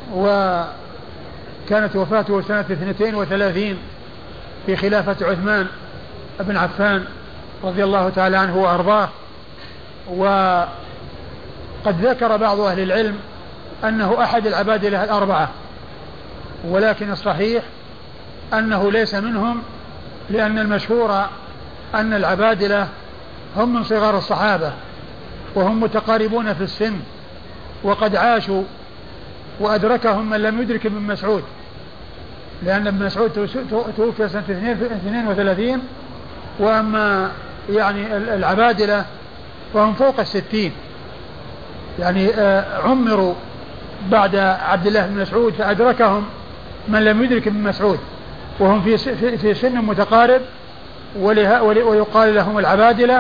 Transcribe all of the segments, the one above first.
وكانت وفاته سنة 32 في خلافة عثمان بن عفان رضي الله تعالى عنه وأرضاه. وقد ذكر بعض أهل العلم أنه أحد العبادلة الأربعة، ولكن الصحيح أنه ليس منهم، لأن المشهور أن العبادلة هم من صغار الصحابة وهم متقاربون في السن، وقد عاشوا وأدركهم من لم يدرك ابن مسعود، لأن ابن مسعود توفي سنة 32، وأما يعني العبادلة فهم فوق 60، يعني عمروا بعد عبد الله بن مسعود فأدركهم من لم يدرك ابن مسعود، وهم في سن متقارب، ويقال لهم العبادلة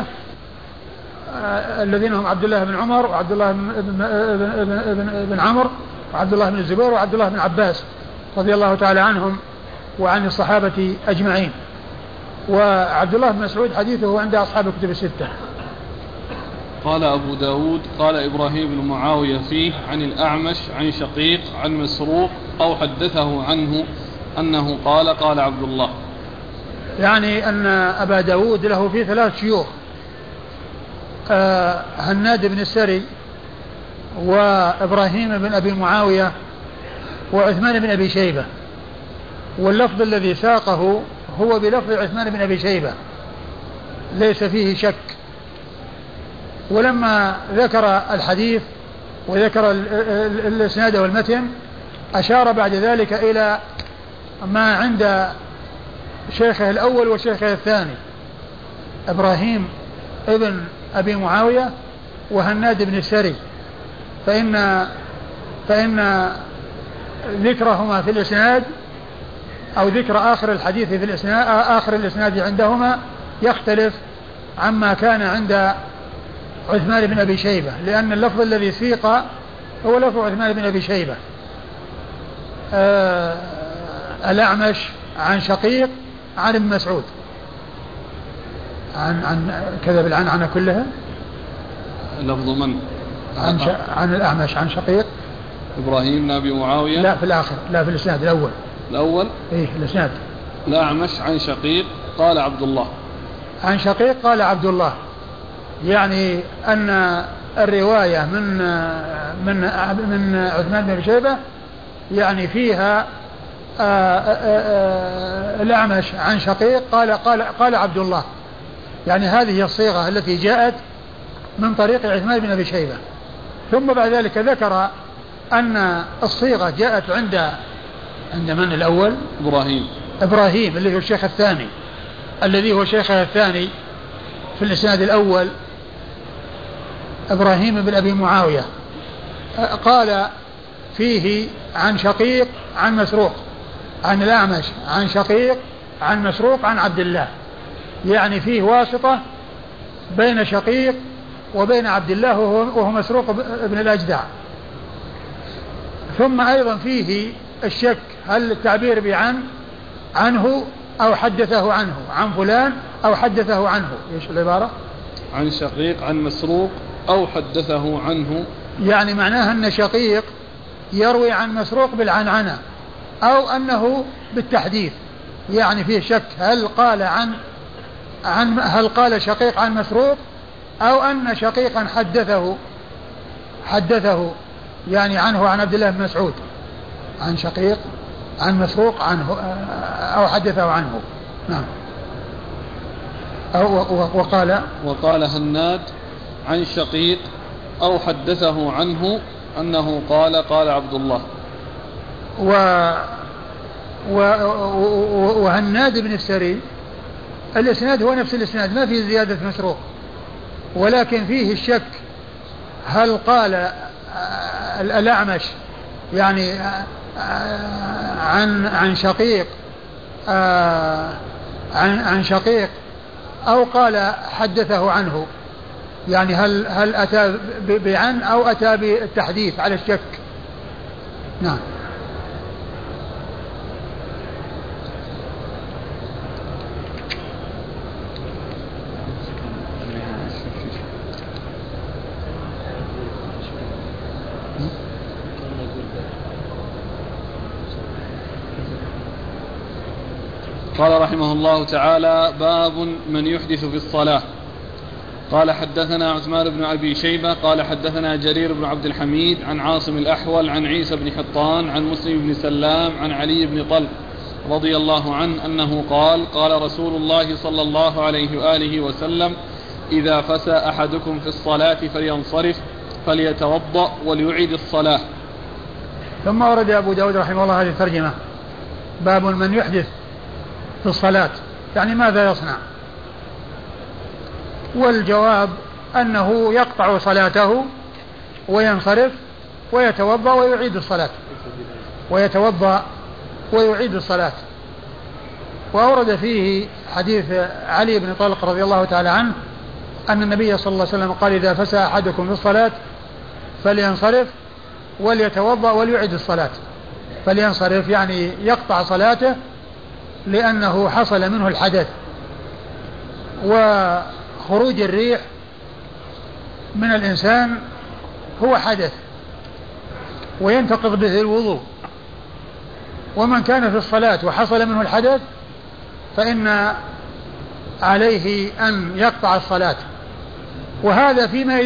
الذين هم عبد الله بن عمر وعبد الله بن عمرو وعبد الله بن الزبير وعبد الله بن عباس رضي الله تعالى عنهم وعن الصحابة أجمعين. وعبد الله بن مسعود حديثه عند أصحاب الكتب الستة. قال أبو داود قال إبراهيم بن معاوية فيه عن الأعمش عن شقيق عن مسروق أو حدثه عنه أنه قال قال عبد الله. يعني أن أبا داود له فيه 3 شيوخ، هناد بن السري وإبراهيم بن أبي معاوية وعثمان بن أبي شيبة، واللفظ الذي ساقه هو بلفظ عثمان بن أبي شيبة ليس فيه شك. ولما ذكر الحديث وذكر الإسناد والمتن أشار بعد ذلك إلى ما عند شيخه الأول وشيخه الثاني، إبراهيم ابن أبي معاوية وهناد بن السري، فإن ذكرهما في الإسناد أو ذكر آخر الحديث في الإسناد آخر الإسناد عندهما يختلف عما كان عند عثمان بن أبي شيبة، لأن اللفظ الذي سيق هو لفظ عثمان بن أبي شيبة. الأعمش عن شقيق عن ابن مسعود عن كذا بالعنعنة كلها. لفظ من؟ عن الأعمش عن شقيق إبراهيم بن أبي معاوية. لا في الآخر، لا في الإسناد الأول. إيه الإسناد. الأعمش عن شقيق قال عبد الله. عن شقيق قال عبد الله، يعني أن الرواية من عثمان بن أبي شيبة يعني فيها الأعمش عن شقيق قال عبد الله، يعني هذه الصيغة التي جاءت من طريق عثمان بن أبي شيبة. ثم بعد ذلك ذكر أن الصيغة جاءت عند من الأول؟ إبراهيم اللي هو الشيخ الثاني، الذي هو شيخه الثاني في الإسناد الأول، إبراهيم بن أبي معاوية، قال فيه عن شقيق عن مسروق، عن الأعمش عن شقيق عن مسروق عن عبد الله، يعني فيه واسطة بين شقيق وبين عبد الله وهو مسروق ابن الأجدع. ثم أيضا فيه الشك هل التعبير بعن عنه أو حدثه عنه، عن فلان أو حدثه عنه، إيش العبارة؟ عن شقيق عن مسروق أو حدثه عنه، يعني معناها أن شقيق يروي عن مسروق بالعنعنة أو أنه بالتحديث، يعني فيه شك هل قال شقيق عن مسروق أو أن شقيقا حدثه يعني عنه عن عبد الله بن مسعود، عن شقيق عن مسروق عنه أو حدثه عنه. نعم. وقال هناد عن شقيق أو حدثه عنه أنه قال عبد الله. وهناد بن السري الإسناد هو نفس الإسناد، ما فيه زيادة مسروق، ولكن فيه الشك هل قال الأعمش يعني عن شقيق عن شقيق أو قال حدثه عنه، يعني هل أتى بعن أو أتى بالتحديث على الشك. نعم. قال رحمه الله تعالى: باب من يحدث في الصلاة. قال حدثنا عثمان بن أبي شيبة قال حدثنا جرير بن عبد الحميد عن عاصم الأحول عن عيسى بن حطان عن مسلم بن سلام عن علي بن طلق رضي الله عنه أنه قال: قال رسول الله صلى الله عليه وآله وسلم: إذا فسى أحدكم في الصلاة فلينصرف فليتوضأ وليعيد الصلاة. ثم ورد أبو داود رحمه الله هذه الترجمة: باب من يحدث في الصلاة، يعني ماذا يصنع؟ والجواب أنه يقطع صلاته وينصرف ويتوضأ ويعيد الصلاة، وأورد فيه حديث علي بن طلق رضي الله تعالى عنه أن النبي صلى الله عليه وسلم قال: إذا فسى أحدكم في الصلاة فلينصرف وليتوضأ وليعيد الصلاة. فلينصرف يعني يقطع صلاته لأنه حصل منه الحدث، وخروج الريح من الإنسان هو حدث وينتقض به الوضوء، ومن كان في الصلاة وحصل منه الحدث فإن عليه أن يقطع الصلاة. وهذا فيما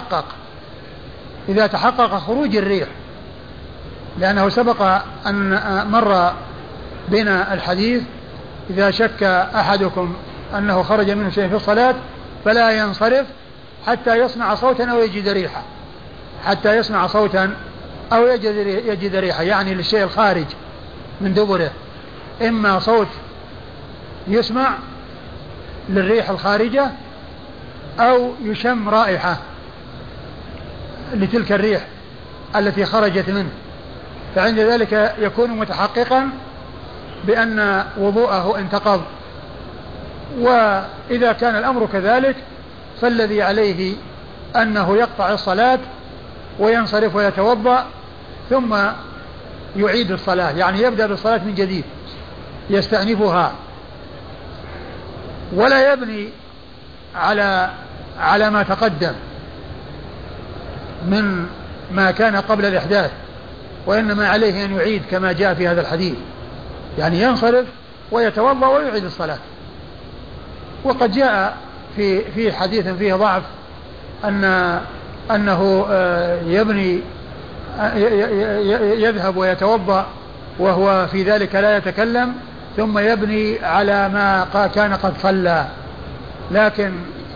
إذا تحقق خروج الريح، لأنه سبق أن مر بنا الحديث: إذا شك أحدكم أنه خرج منه شيء في الصلاة فلا ينصرف حتى يسمع صوتا أو يجد ريحا، يعني للشيء الخارج من دبره، إما صوت يسمع للريح الخارجة أو يشم رائحة لتلك الريح التي خرجت منه، فعند ذلك يكون متحققا بأن وضوءه انتقض. وإذا كان الأمر كذلك فالذي عليه أنه يقطع الصلاة وينصرف ويتوضأ ثم يعيد الصلاة، يعني يبدأ بالصلاة من جديد يستأنفها، ولا يبني على ما تقدم من ما كان قبل الإحداث، وإنما عليه أن يعيد كما جاء في هذا الحديث، يعني ينصرف ويتوضأ ويعيد الصلاة. وقد جاء في حديث فيه ضعف أنه يذهب ويتوضأ وهو في ذلك لا يتكلم ثم يبني على ما كان قد صلى، لكن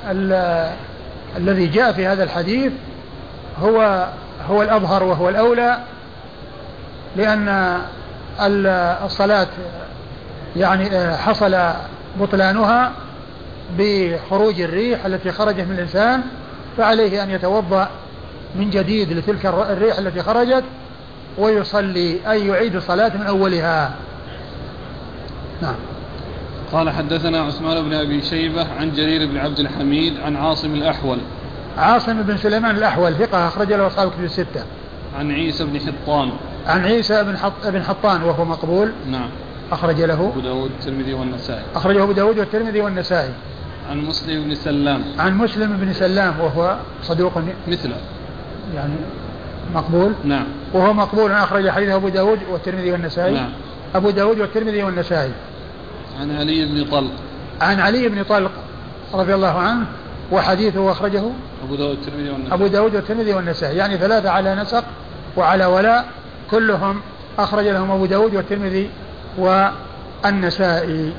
الذي جاء في هذا الحديث هو الأظهر وهو الأولى، لأن الصلاة يعني حصل بطلانها بخروج الريح التي خرجت من الإنسان، فعليه أن يتوضأ من جديد لتلك الريح التي خرجت ويصلي، أي يعيد الصلاة من أولها. نعم. قال حدثنا عثمان بن أبي شيبة عن جرير بن عبد الحميد عن عاصم الأحول. عاصم بن سليمان الأحول ثقة أخرج له أصحاب الكتب الستة. عن عيسى بن حطان. عن عيسى بن حطان وهو مقبول. نعم. أخرج له أبو داود والترمذي والنسائي. أخرجه أبو داود والترمذي والنسائي. عن مسلم بن سلام. عن مسلم بن سلام وهو صدوق مثله يعني مقبول. نعم. وهو مقبول أخرج حديثه أبو داود والترمذي والنسائي. نعم. أبو داود والترمذي والنسائي. عن علي بن طلق. عن علي بن طلق رضي الله عنه وحديثه أخرجه أبو داود والترمذي والنسائي، يعني ثلاثة على نسق وعلى ولاء، كلهم أخرج لهم أبو داود والترمذي والنسائي.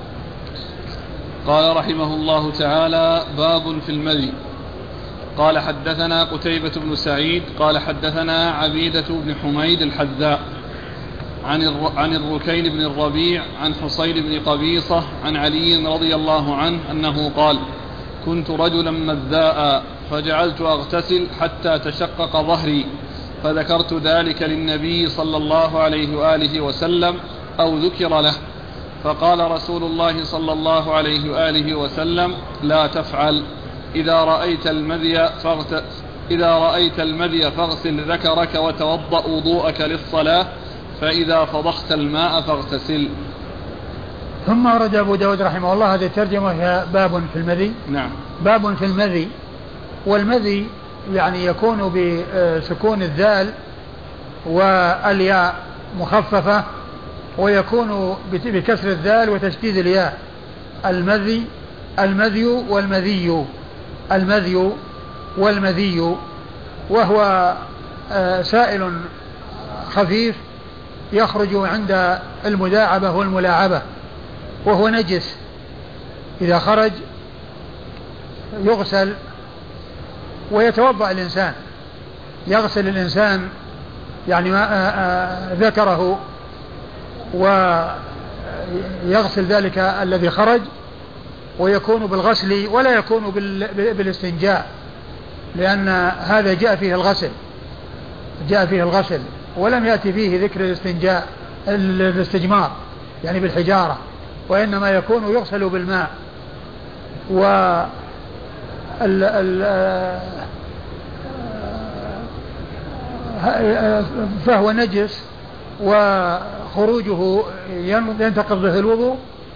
قال رحمه الله تعالى: باب في المذي. قال حدثنا قتيبة بن سعيد قال حدثنا عبيدة بن حميد الحذاء عن الركين بن الربيع عن حصين بن قبيصة عن علي رضي الله عنه أنه قال: كنت رجلا مذاء فجعلت أغتسل حتى تشقق ظهري، فذكرت ذلك للنبي صلى الله عليه وآله وسلم أو ذكر له، فقال رسول الله صلى الله عليه وآله وسلم: لا تفعل، إذا رأيت المذي فاغسل ذكرك وتوضأ وضوءك للصلاة، فإذا فضخت الماء فاغتسل. ثم ورد أبو داود رحمه الله هذه الترجمة هي باب في المذي. نعم. باب في المذي، والمذي يعني يكون بسكون الذال والياء مخففة ويكون بكسر الذال وتشديد الياء. المذي والمذي وهو سائل خفيف يخرج عند المداعبة والملاعبة، وهو نجس. إذا خرج يغسل ويتوضأ الإنسان، يغسل الإنسان يعني ذكره ويغسل ذلك الذي خرج، ويكون بالغسل ولا يكون بالاستنجاء، لأن هذا جاء فيه الغسل ولم يأتي فيه ذكر الاستجمار يعني بالحجارة، وإنما يكون يغسل بالماء. فهو نجس وخروجه ينتقض به الوضوء،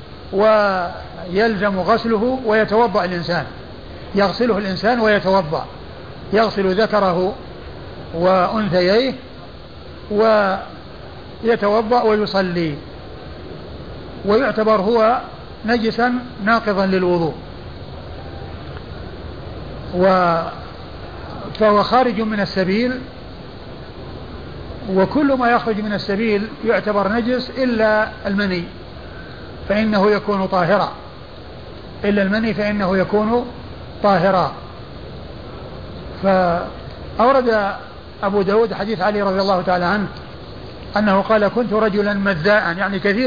ويلزم غسله ويتوضأ الإنسان، يغسله الإنسان ويتوضأ، يغسل ذكره وأنثييه ويتوضأ ويصلي، ويعتبر هو نجسا ناقضا للوضوء، فهو خارج من السبيل. وكل ما يخرج من السبيل يعتبر نجس إلا المني فإنه يكون طاهرا، فأورد أبو داود حديث علي رضي الله تعالى عنه أنه قال: كنت رجلا مذاء، يعني كثير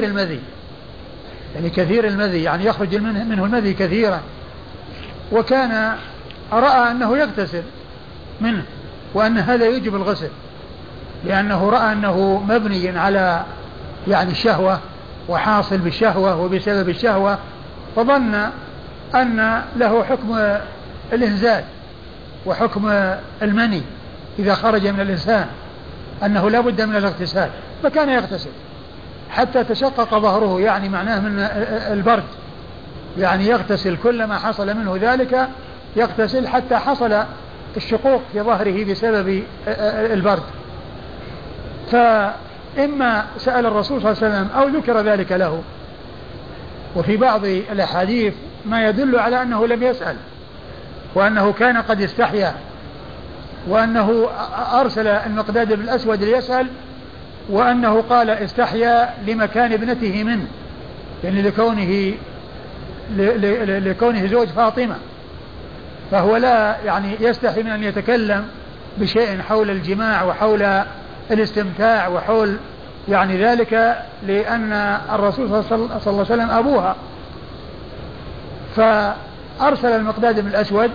المذي، يعني يخرج منه المذي كثيرا، وكان رأى أنه يغتسل منه وأن هذا يجب الغسل، لأنه رأى أنه مبني على يعني الشهوة وحاصل بالشهوة وبسبب الشهوة، فظن أن له حكم الإنزال وحكم المني إذا خرج من الإنسان، أنه لا بد من الاغتسال، فكان يغتسل حتى تشقق ظهره، يعني معناه من البرد، يعني يغتسل كلما حصل منه ذلك يغتسل حتى حصل الشقوق في ظهره بسبب البرد. فإما سأل الرسول صلى الله عليه وسلم أو ذكر ذلك له، وفي بعض الأحاديث ما يدل على أنه لم يسأل، وأنه كان قد استحيا، وأنه أرسل المقداد بن الأسود ليسأل، وأنه قال استحيا لمكان ابنته منه، يعني لكونه زوج فاطمة، فهو لا يعني يستحي من أن يتكلم بشيء حول الجماع وحول الاستمتاع وحول يعني ذلك، لأن الرسول صلى الله عليه وسلم أبوها. فأرسل المقداد بن الأسود،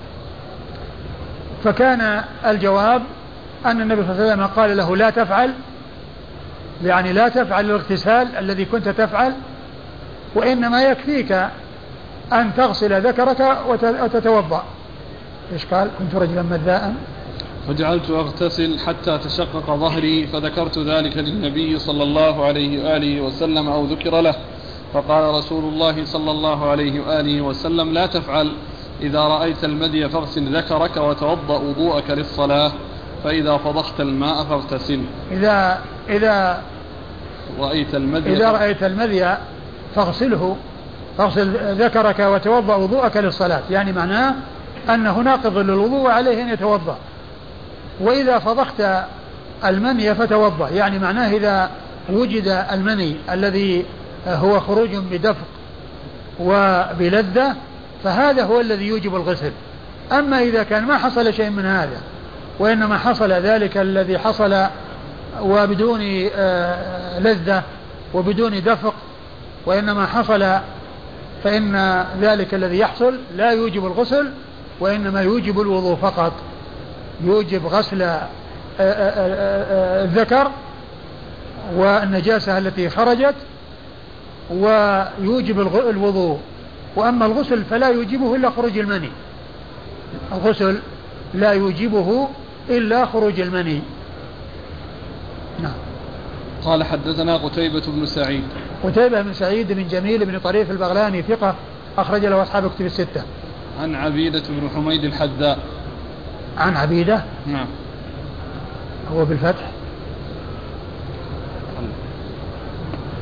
فكان الجواب أن النبي صلى الله عليه وسلم قال له: لا تفعل، يعني لا تفعل الاغتسال الذي كنت تفعل، وإنما يكفيك أن تغسل ذكرك وتتوضأ. إيش قال؟ كنت رجلا مذاء فجعلت أغتسل حتى تشقق ظهري، فذكرت ذلك للنبي صلى الله عليه وآله وسلم أو ذكر له، فقال رسول الله صلى الله عليه وآله وسلم: لا تفعل، إذا رأيت المذي فاغسل ذكرك وتوضأ وضوءك للصلاة، فإذا فضخت الماء فاغتسل. إذا رأيت المذي فاغسله، فاغسل ذكرك وتوضأ وضوءك للصلاة، يعني معناه أنه ناقض للوضوء وعليه أن يتوضأ. وإذا فضخت المني فتوضأ، يعني معناه إذا وجد المني الذي هو خروج بدفق وبلذة فهذا هو الذي يوجب الغسل. أما إذا كان ما حصل شيء من هذا، وإنما حصل ذلك الذي حصل وبدون لذة وبدون دفق، وإنما حصل، فإن ذلك الذي يحصل لا يوجب الغسل، وإنما يوجب الوضوء فقط، يوجب غسل الذكر والنجاسة التي خرجت، ويوجب الوضوء. وأما الغسل فلا يوجبه إلا خروج المني، الغسل لا يوجبه إلا خروج المني. نعم. قال: حدثنا قتيبة بن سعيد بن جميل بن طريف البغلاني ثقة، أخرج له أصحاب كتب الستة. عن عبيدة بن حميد الحذاء. عن عبيدة؟ نعم. هو بالفتح.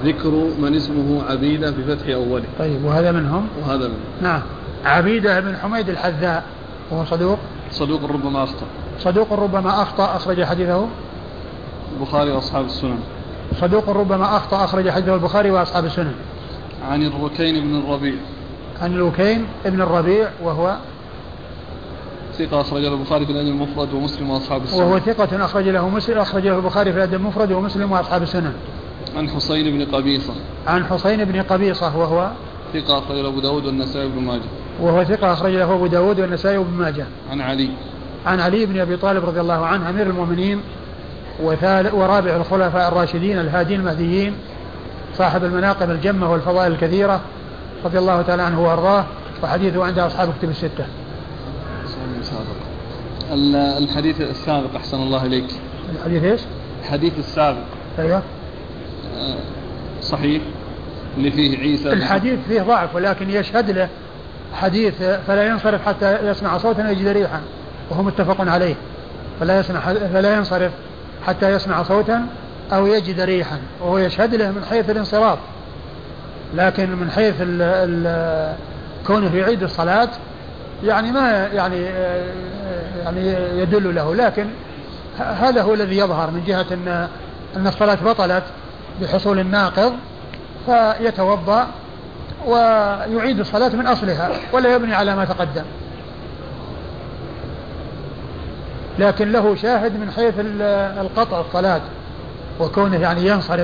ذكر من اسمه عبيدة بفتح أوله. طيب وهذا منهم؟ وهذا منهم. نعم. عبيدة بن حميد الحذاء وهو صدوق. صدوق ربما أخطأ. صدوق ربما أخطأ أخرج حديثه البخاري وأصحاب السنن. صدوق ربما أخطأ أخرج حديثه البخاري وأصحاب السنن. عن الركين بن الربيع. عن الركين بن الربيع وهو ثقة أخرج له البخاري في الأدب المفرد ومسلم وأصحاب السنن. وهو ثقة أخرج له البخاري في الأدب المفرد ومسلم وأصحاب السنن. عن حسين بن قبيصة. عن حسين بن قبيصة وهو ثقة أخرج له أبو داود والنسائي بن ماجه. وهو ثقة أخرج له أبو داود والنسائي بن ماجه. عن علي. عن علي بن أبي طالب رضي الله عنه أمير المؤمنين ورابع الخلفاء الراشدين الهادين المهديين صاحب المناقب الجمة والفضائل الكثيرة رضي الله تعالى عنه وأرضاه وحديثه عند أصحاب كتب الستة. الحديث السابق أحسن الله إليك. الحديث إيش؟ الحديث السابق. أيوة. صحيح اللي فيه عيسى. الحديث فيه ضعف ولكن يشهد له حديث فلا ينصرف حتى يسمع صوتا ويجد ريحا وهو متفق عليه. فلا ينصرف حتى يسمع صوتا أو يجد ريحا وهو يشهد له من حيث الانصراف، لكن من حيث كونه يعيد الصلاة يعني ما يعني يدل له، لكن هذا هو الذي يظهر من جهة أن الصلاة بطلت بحصول الناقض فيتوضأ ويعيد الصلاة من أصلها ولا يبني على ما تقدم، لكن له شاهد من حيث القطع الصلاة وكونه يعني ينصرف.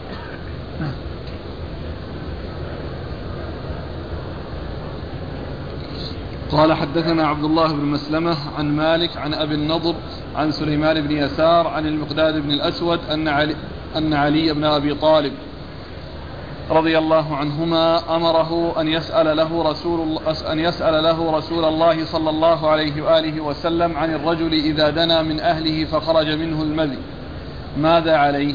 قال حدثنا عبد الله بن مسلمة عن مالك عن أبي النضر عن سليمان بن يسار عن المقداد بن الأسود أن علي بن أبي طالب رضي الله عنهما أمره أن يسأل له رسول الله صلى الله عليه وآله وسلم عن الرجل إذا دنا من أهله فخرج منه المذي ماذا عليه؟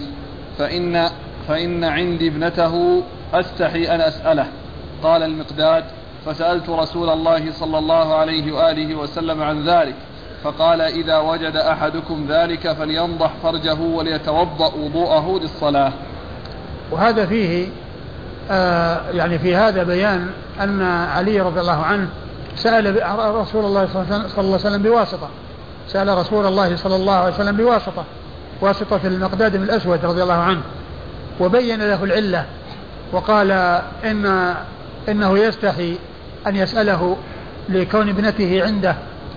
فإن عندي ابنته أستحي أن أسأله. قال المقداد فسألت رسول الله صلى الله عليه وآله وسلم عن ذلك فقال إذا وجد أحدكم ذلك فلينضح فرجه وليتوضأ وضوءه للصلاة. وهذا فيه يعني في هذا بيان أن علي رضي الله عنه سأل رسول الله صلى الله عليه وسلم بواسطة، سأل رسول الله صلى الله عليه وسلم واسطة المقداد بن الأسود رضي الله عنه وبين له العلة وقال إنه يستحي أن يسأله لكون ابنته عنده،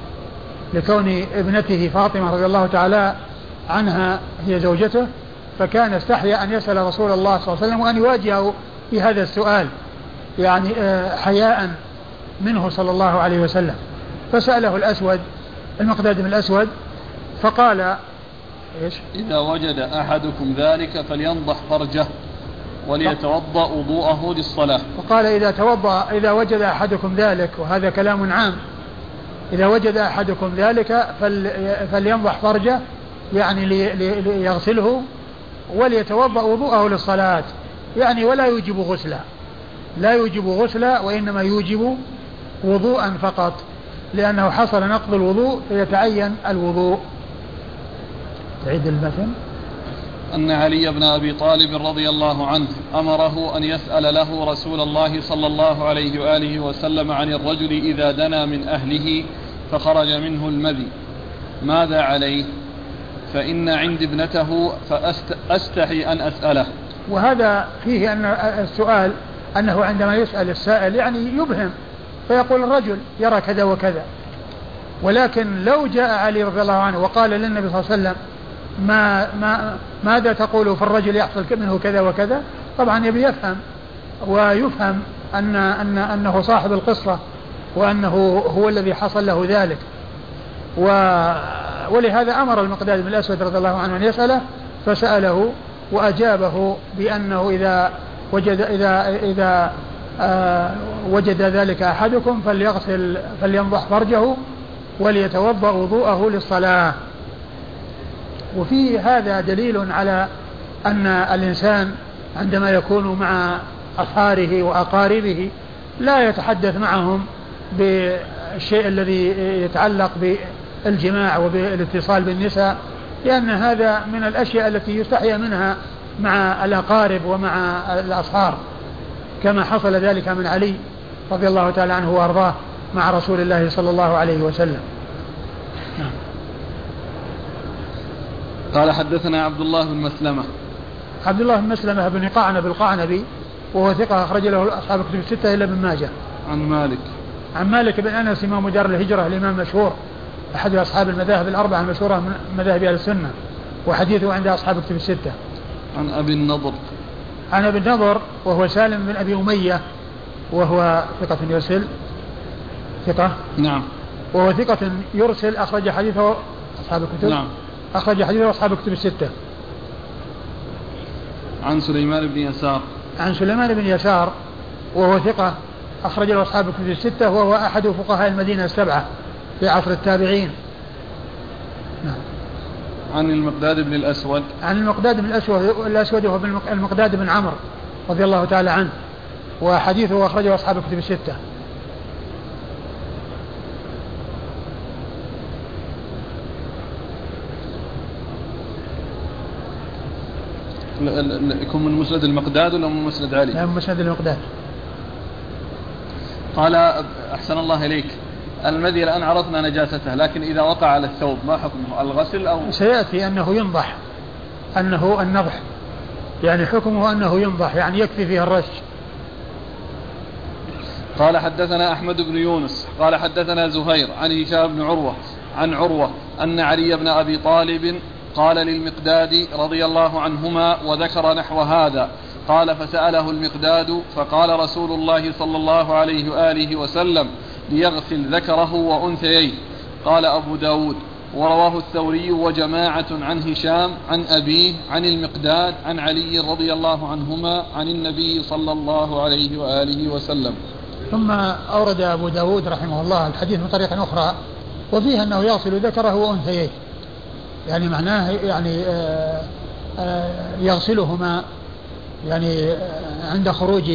لكون ابنته فاطمة رضي الله تعالى عنها هي زوجته، فكان استحي أن يسأل رسول الله صلى الله عليه وسلم وأن يواجهه في هذا السؤال يعني حياء منه صلى الله عليه وسلم. فسأله الأسود المقداد بن الأسود فقال إيش؟ إذا وجد أحدكم ذلك فلينضح فرجه وليتوضأ وضوءه للصلاة. وقال إذا وجد أحدكم ذلك، وهذا كلام عام، إذا وجد أحدكم ذلك فلينضح فرجه يعني ليغسله وليتوضأ وضوءه للصلاة، يعني ولا يوجب غسلا، لا يوجب غسلا وإنما يوجب وضوءا فقط، لأنه حصل نقض الوضوء فيتعين الوضوء. تعيد المثل. أن علي بن أبي طالب رضي الله عنه أمره أن يسأل له رسول الله صلى الله عليه وآله وسلم عن الرجل إذا دنا من أهله فخرج منه المذي ماذا عليه؟ فإن عندي ابنته فأستحي أن أسأله. وهذا فيه أن السؤال أنه عندما يسأل السائل يعني يبهم فيقول الرجل يرى كذا وكذا، ولكن لو جاء علي رضي الله عنه وقال للنبي صلى الله عليه وسلم ماذا تقول في الرجل يحصل منه كذا وكذا، طبعا يبي يفهم ويفهم أنه صاحب القصة وأنه هو الذي حصل له ذلك. ولهذا أمر المقداد بن الأسود رضي الله عنه أن يسأله فسأله وأجابه بأنه إذا وجد ذلك أحدكم فلينضح فرجه وليتوضأ وضوءه للصلاة. وفي هذا دليل على أن الإنسان عندما يكون مع أصهاره وأقاربه لا يتحدث معهم بالشيء الذي يتعلق بالجماع وبالاتصال بالنساء، لأن هذا من الأشياء التي يستحيا منها مع الأقارب ومع الأصهار، كما حصل ذلك من علي رضي الله تعالى عنه وأرضاه مع رسول الله صلى الله عليه وسلم. نعم. قال حدثنا عبد الله بن مسلمة. عبد الله بن مسلمة بن قعنب القعنبي وهو ثقة أخرج له أصحاب الكتب الستة إلا ابن ماجه. عن مالك بن أنس إمام دار الهجرة الإمام مشهور أحد أصحاب المذاهب الأربعة المشهورة من مذاهب أهل السنة، وحديثه عند أصحاب الكتب الستة. عن أبي النضر. عن أبي النضر وهو سالم بن أبي أمية وهو ثقة يرسل. ثقة. نعم. وهو ثقة يرسل أخرج حديثه أصحاب الكتب. نعم. أخرج حديثه أصحاب الكتب الستة. عن سليمان بن يسار. عن سليمان بن يسار وهو ثقة أخرج له أصحاب الكتب الستة، وهو أحد فقهاء المدينة السبعة في عصر التابعين. نعم. عن المقداد بن الأسود. عن المقداد بن الأسود وهو المقداد بن عمرو رضي الله تعالى عنه، وحديثه أخرجه أصحاب الكتب الستة. يكون من مسند المقداد ولا من مسند علي؟ لا، من مسند المقداد. قال أحسن الله إليك، المذي الآن عرفنا نجاسته، لكن إذا وقع على الثوب ما حكمه؟ الغسل أو سيأتي أنه ينضح، أنه النضح، يعني حكمه أنه ينضح، يعني يكفي فيه الرش. قال حدثنا أحمد بن يونس قال حدثنا زهير عن هشام بن عروة عن عروة أن علي بن أبي طالب قال للمقداد رضي الله عنهما وذكر نحو هذا. قال فسأله المقداد فقال رسول الله صلى الله عليه وآله وسلم ليغسل ذكره وأنثيه. قال أبو داود ورواه الثوري وجماعة عن هشام عن أبيه عن المقداد عن علي رضي الله عنهما عن النبي صلى الله عليه وآله وسلم. ثم أورد أبو داود رحمه الله الحديث من طريق أخرى وفيها أنه يغسل ذكره وأنثيه، يعني معناه يعني يغسلهما يعني عند خروج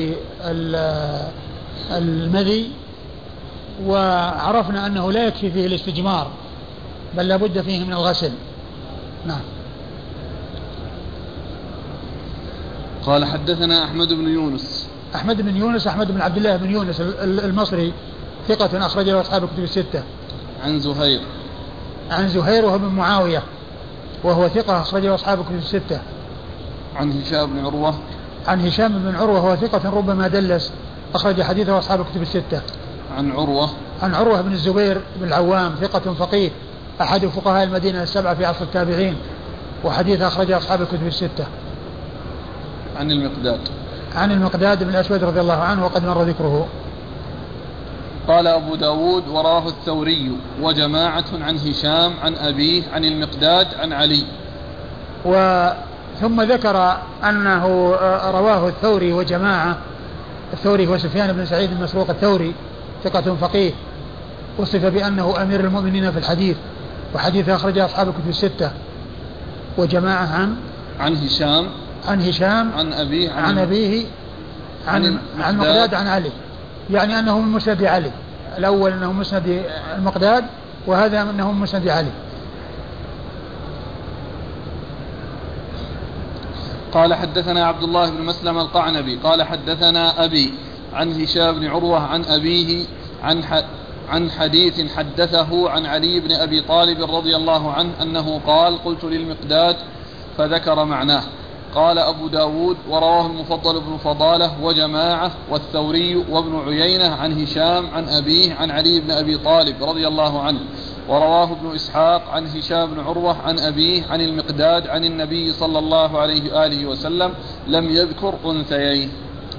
المذي، وعرفنا أنه لا يكفي فيه الاستجمار بل لابد فيه من الغسل. نعم. قال حدثنا أحمد بن يونس. أحمد بن عبد الله بن يونس المصري ثقة أخرج له أصحاب الكتب الستة. عن زهير وهو بن معاوية وهو ثقة أخرج له أصحاب الكتب الستة. عن هشام بن عروة وهو ثقة ربما دلس أخرج حديثه أصحاب الكتب الستة. عن عروة بن الزبير بن العوام ثقة فقيه أحد فقهاء المدينة السبعة في عصر التابعين، وحديث أخرج أصحاب الكتب الستة. عن المقداد بن الأسود رضي الله عنه وقد مر ذكره. قال أبو داود وراه الثوري وجماعة عن هشام عن أبيه عن المقداد عن علي. ثم ذكر أنه رواه الثوري وجماعة. الثوري هو سفيان بن سعيد المسروق الثوري ثقة فقيه وصف بأنه أمير المؤمنين في الحديث، وحديث أخرج أصحاب الكتب الستة. وجماعة عن هشام عن أبيه عن المقداد عن علي، يعني أنه من مسند علي. الأول أنه مسند المقداد، وهذا أنه من مسند علي. قال حدثنا عبد الله بن مسلم القعنبي قال حدثنا أبي عن هشام بن عروة عن أبيه عن حديث حدثه عن علي بن أبي طالب رضي الله عنه أنه قال قلت للمقداد فذكر معناه. قال أبو داود ورواه المفضل بن فضالة وجماعة والثوري وابن عيينة عن هشام عن أبيه عن علي بن أبي طالب رضي الله عنه، ورواه ابن إسحاق عن هشام بن عروة عن أبيه عن المقداد عن النبي صلى الله عليه وآله وسلم لم يذكر أنثيين.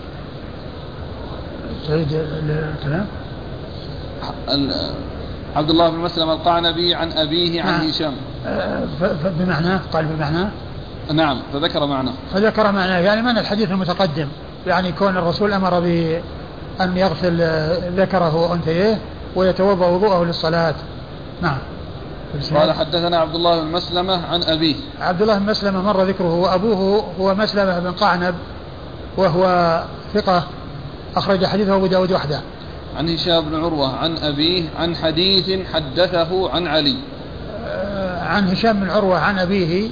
عبد الله بن مسلم القعنبي عن أبيه عن هشام بمعناه قال بمعناه. نعم فذكر معناه يعني معنى الحديث المتقدم، يعني كون الرسول أمر بأن يغسل ذكره وأنثيه ويتوضأ وضوءه للصلاة. نعم. قال حدثنا عبد الله بن مسلمة عن أبيه. عبد الله بن مسلمة مر ذكره، وأبوه هو مسلمة بن قعنب وهو ثقة أخرج حديثه أبو داود وحده. عن هشام بن عروة عن أبيه عن حديث حدثه عن علي. عن هشام بن عروة عن أبيه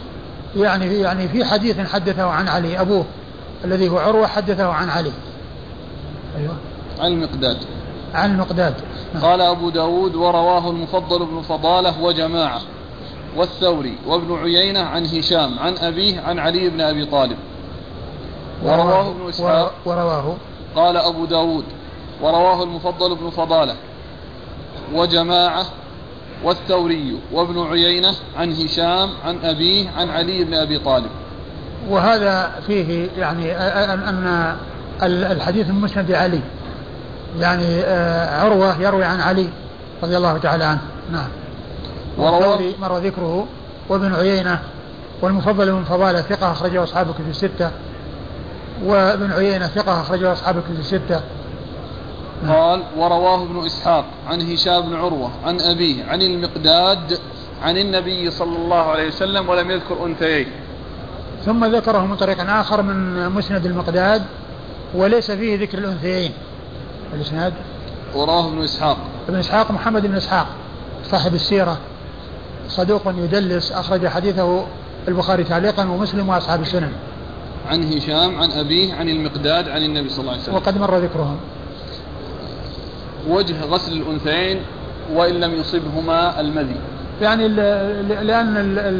يعني في حديث حدثه عن علي أبوه الذي هو عروة حدثه عن علي. أيوة. عن المقداد. قال أبو داود ورواه المفضل بن فضالة وجماعة والثوري وابن عيينة عن هشام عن أبيه عن علي بن أبي طالب. ورواه ابن إسحاق قال أبو داود ورواه المفضل بن فضالة وجماعة والثوري وابن عيينة عن هشام عن أبيه عن علي بن أبي طالب. وهذا فيه يعني أن الحديث من مسند علي، يعني عروة يروي عن علي رضي الله تعالى عنه. نعم. والثوري مر ذكره وابن عيينة والمفضل بن فضالة ثقة أخرجه أصحاب الكتب الستة، وابن عيينة ثقة أخرجه أصحاب الكتب الستة. قال ورواه ابن إسحاق عن هشام بن عروة عن أبيه عن المقداد عن النبي صلى الله عليه وسلم ولم يذكر أنثيين. ثم ذكره من طريق آخر من مسند المقداد وليس فيه ذكر الأنثيين. الإسناد وراه ابن إسحاق محمد بن إسحاق صاحب السيرة صدوق يدلس أخرج حديثه البخاري تعليقا ومسلم وأصحاب السنن. عن هشام عن أبيه عن المقداد عن النبي صلى الله عليه وسلم. وقد مر ذكرهم. وجه غسل الأنثيين وإن لم يصبهما المذي، يعني لأن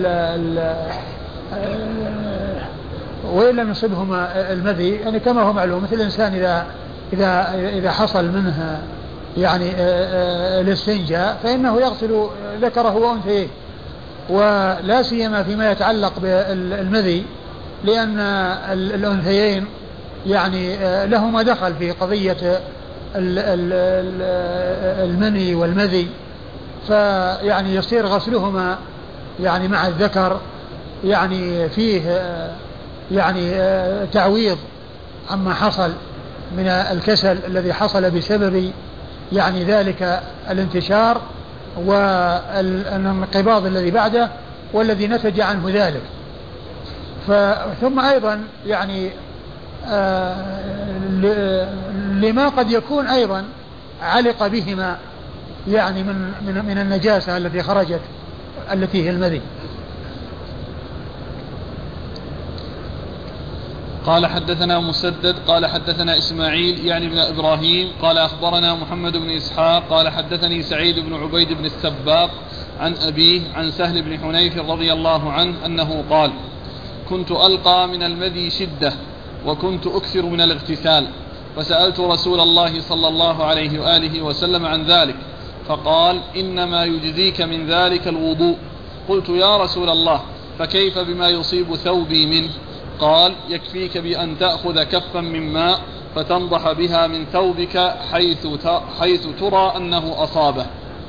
وإن لم يصبهما المذي يعني كما هو معلوم مثل الإنسان إذا حصل منها يعني الاستنجاء فإنه يغسل ذكره وأنثيه، ولا سيما فيما يتعلق بالمذي لأن الأنثيين يعني لهما دخل في قضية المني والمذي، فيعني يصير غسلهما يعني مع الذكر يعني فيه يعني تعويض عما حصل من الكسل الذي حصل بسبب يعني ذلك الانتشار والانقباض الذي بعده والذي نتج عنه ذلك. ثم أيضا يعني لما قد يكون أيضا علق بهما يعني من النجاسة التي خرجت التي هي المذي. قال حدثنا مسدد قال حدثنا إسماعيل يعني ابن إبراهيم قال أخبرنا محمد بن إسحاق قال حدثني سعيد بن عبيد بن السباق عن أبيه عن سهل بن حنيف رضي الله عنه أنه قال كنت ألقى من المذي شدة وكنت أكثر من الاغتسال فسألت رسول الله صلى الله عليه وآله وسلم عن ذلك فقال إنما يجزيك من ذلك الوضوء. قلت يا رسول الله فكيف بما يصيب ثوبي منه؟ قال يكفيك بأن تأخذ كفا من ماء فتنضح بها من ثوبك حيث ترى أنه أصابه.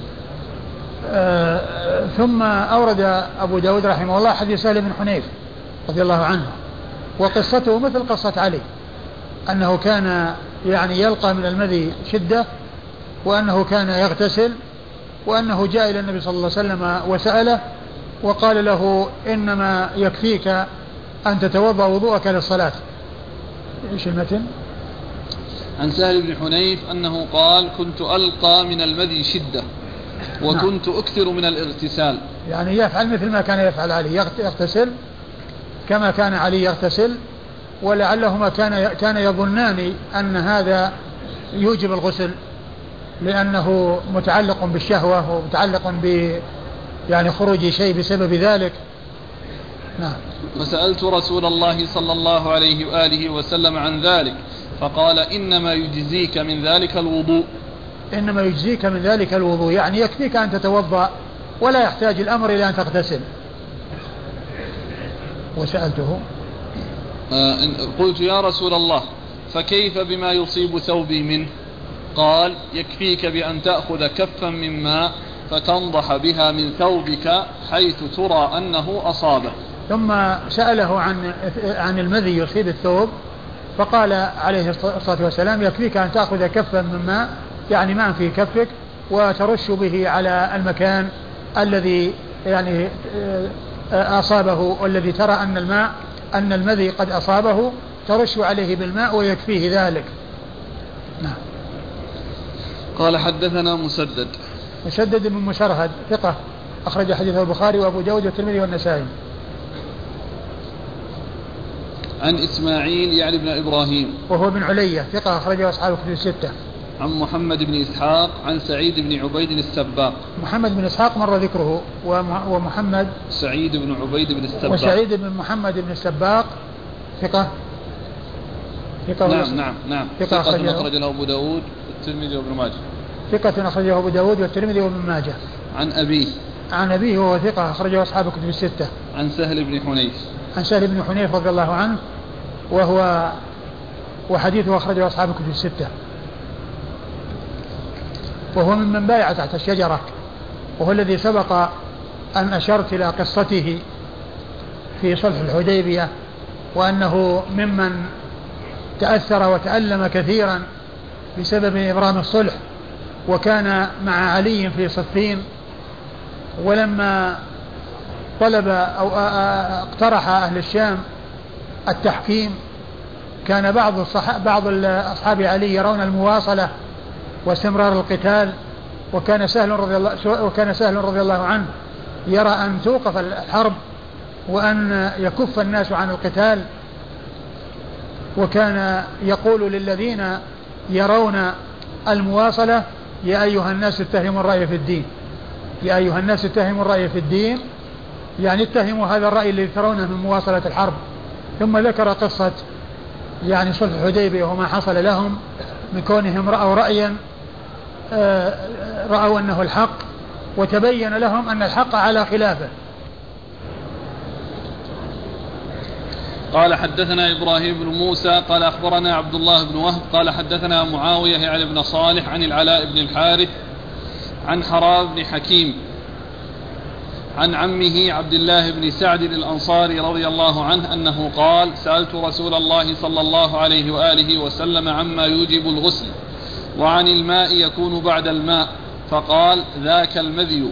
ثم أورد أبو داود رحمه الله حديث سهل بن حنيف رضي الله عنه، وقصته مثل قصة علي أنه كان يعني يلقى من المذي شدة وأنه كان يغتسل وأنه جاء إلى النبي صلى الله عليه وسلم وسأله وقال له إنما يكفيك أن تتوضأ وضوءك للصلاة. إيش المتن؟ عن سهل بن حنيف أنه قال كنت ألقى من المذي شدة وكنت أكثر من الاغتسال، يعني يفعل مثل ما كان يفعل علي يغتسل كما كان علي يغتسل، ولعلهما كان يظنان أن هذا يوجب الغسل لأنه متعلق بالشهوة ومتعلق يعني خروج شيء بسبب ذلك. نعم. فسألت رسول الله صلى الله عليه وآله وسلم عن ذلك فقال إنما يجزيك من ذلك الوضوء. إنما يجزيك من ذلك الوضوء يعني يكفيك أن تتوضأ ولا يحتاج الأمر إلى أن تغتسل. وسألته قلت يا رسول الله فكيف بما يصيب ثوبي منه؟ قال يكفيك بأن تأخذ كفا من ماء فتنضح بها من ثوبك حيث ترى أنه أصابه. ثم سأله عن المذي يصيب الثوب فقال عليه الصلاة والسلام يكفيك أن تأخذ كفا من ماء يعني ماء في كفك وترش به على المكان الذي يعني أصابه والذي ترى أن المذي قد أصابه ترش عليه بالماء ويكفيه ذلك. نعم. قال حدثنا مسدد بن مشرهد ثقة أخرج حديثه البخاري وأبو داود والترمذي والنسائي. عن إسماعيل يعني بن إبراهيم وهو بن علية ثقة أخرجه أصحاب الكتب الستة. عن محمد بن إسحاق عن سعيد بن عبيد السباق. محمد بن إسحاق مر ذكره. ومحمد سعيد بن عبيد بن السباق. وسعيد بن محمد بن السباق ثقة. نعم ثقة أخرج له أبو داود والترمذي وابن ماجه. ثقة أخرجه أبو داود والترمذي وابن ماجه. عن أبيه وهو ثقة أخرجه أصحاب الكتب الستة. عن سهل بن حنيف رضي الله عنه وحديثه أخرجه أصحاب الكتب الستة. وهو ممن بايع تحت الشجرة، وهو الذي سبق أن أشرت إلى قصته في صلح الحديبية، وأنه ممن تأثر وتألم كثيرا بسبب إبرام الصلح، وكان مع علي في صفين. ولما طلب أو اقترح أهل الشام التحكيم، كان بعض أصحاب علي يرون المواصلة واستمرار القتال، وكان سهل رضي الله عنه يرى أن توقف الحرب وأن يكف الناس عن القتال. وكان يقول للذين يرون المواصلة: يا أيها الناس اتهموا الرأي في الدين، يا أيها الناس اتهموا الرأي في الدين، يعني اتهموا هذا الرأي الذي ترونه من مواصلة الحرب. ثم ذكر قصة يعني صلح الحديبية وما حصل لهم من كونهم رأوا رأيا رأوا أنه الحق، وتبين لهم أن الحق على خلافه. قال حدثنا إبراهيم بن موسى قال أخبرنا عبد الله بن وهب قال حدثنا معاوية يعني بن صالح عن العلاء بن الحارث عن حرام بن حكيم عن عمه عبد الله بن سعد الأنصاري رضي الله عنه أنه قال: سألت رسول الله صلى الله عليه وآله وسلم عما يوجب الغسل وعن الماء يكون بعد الماء، فقال: ذاك المذي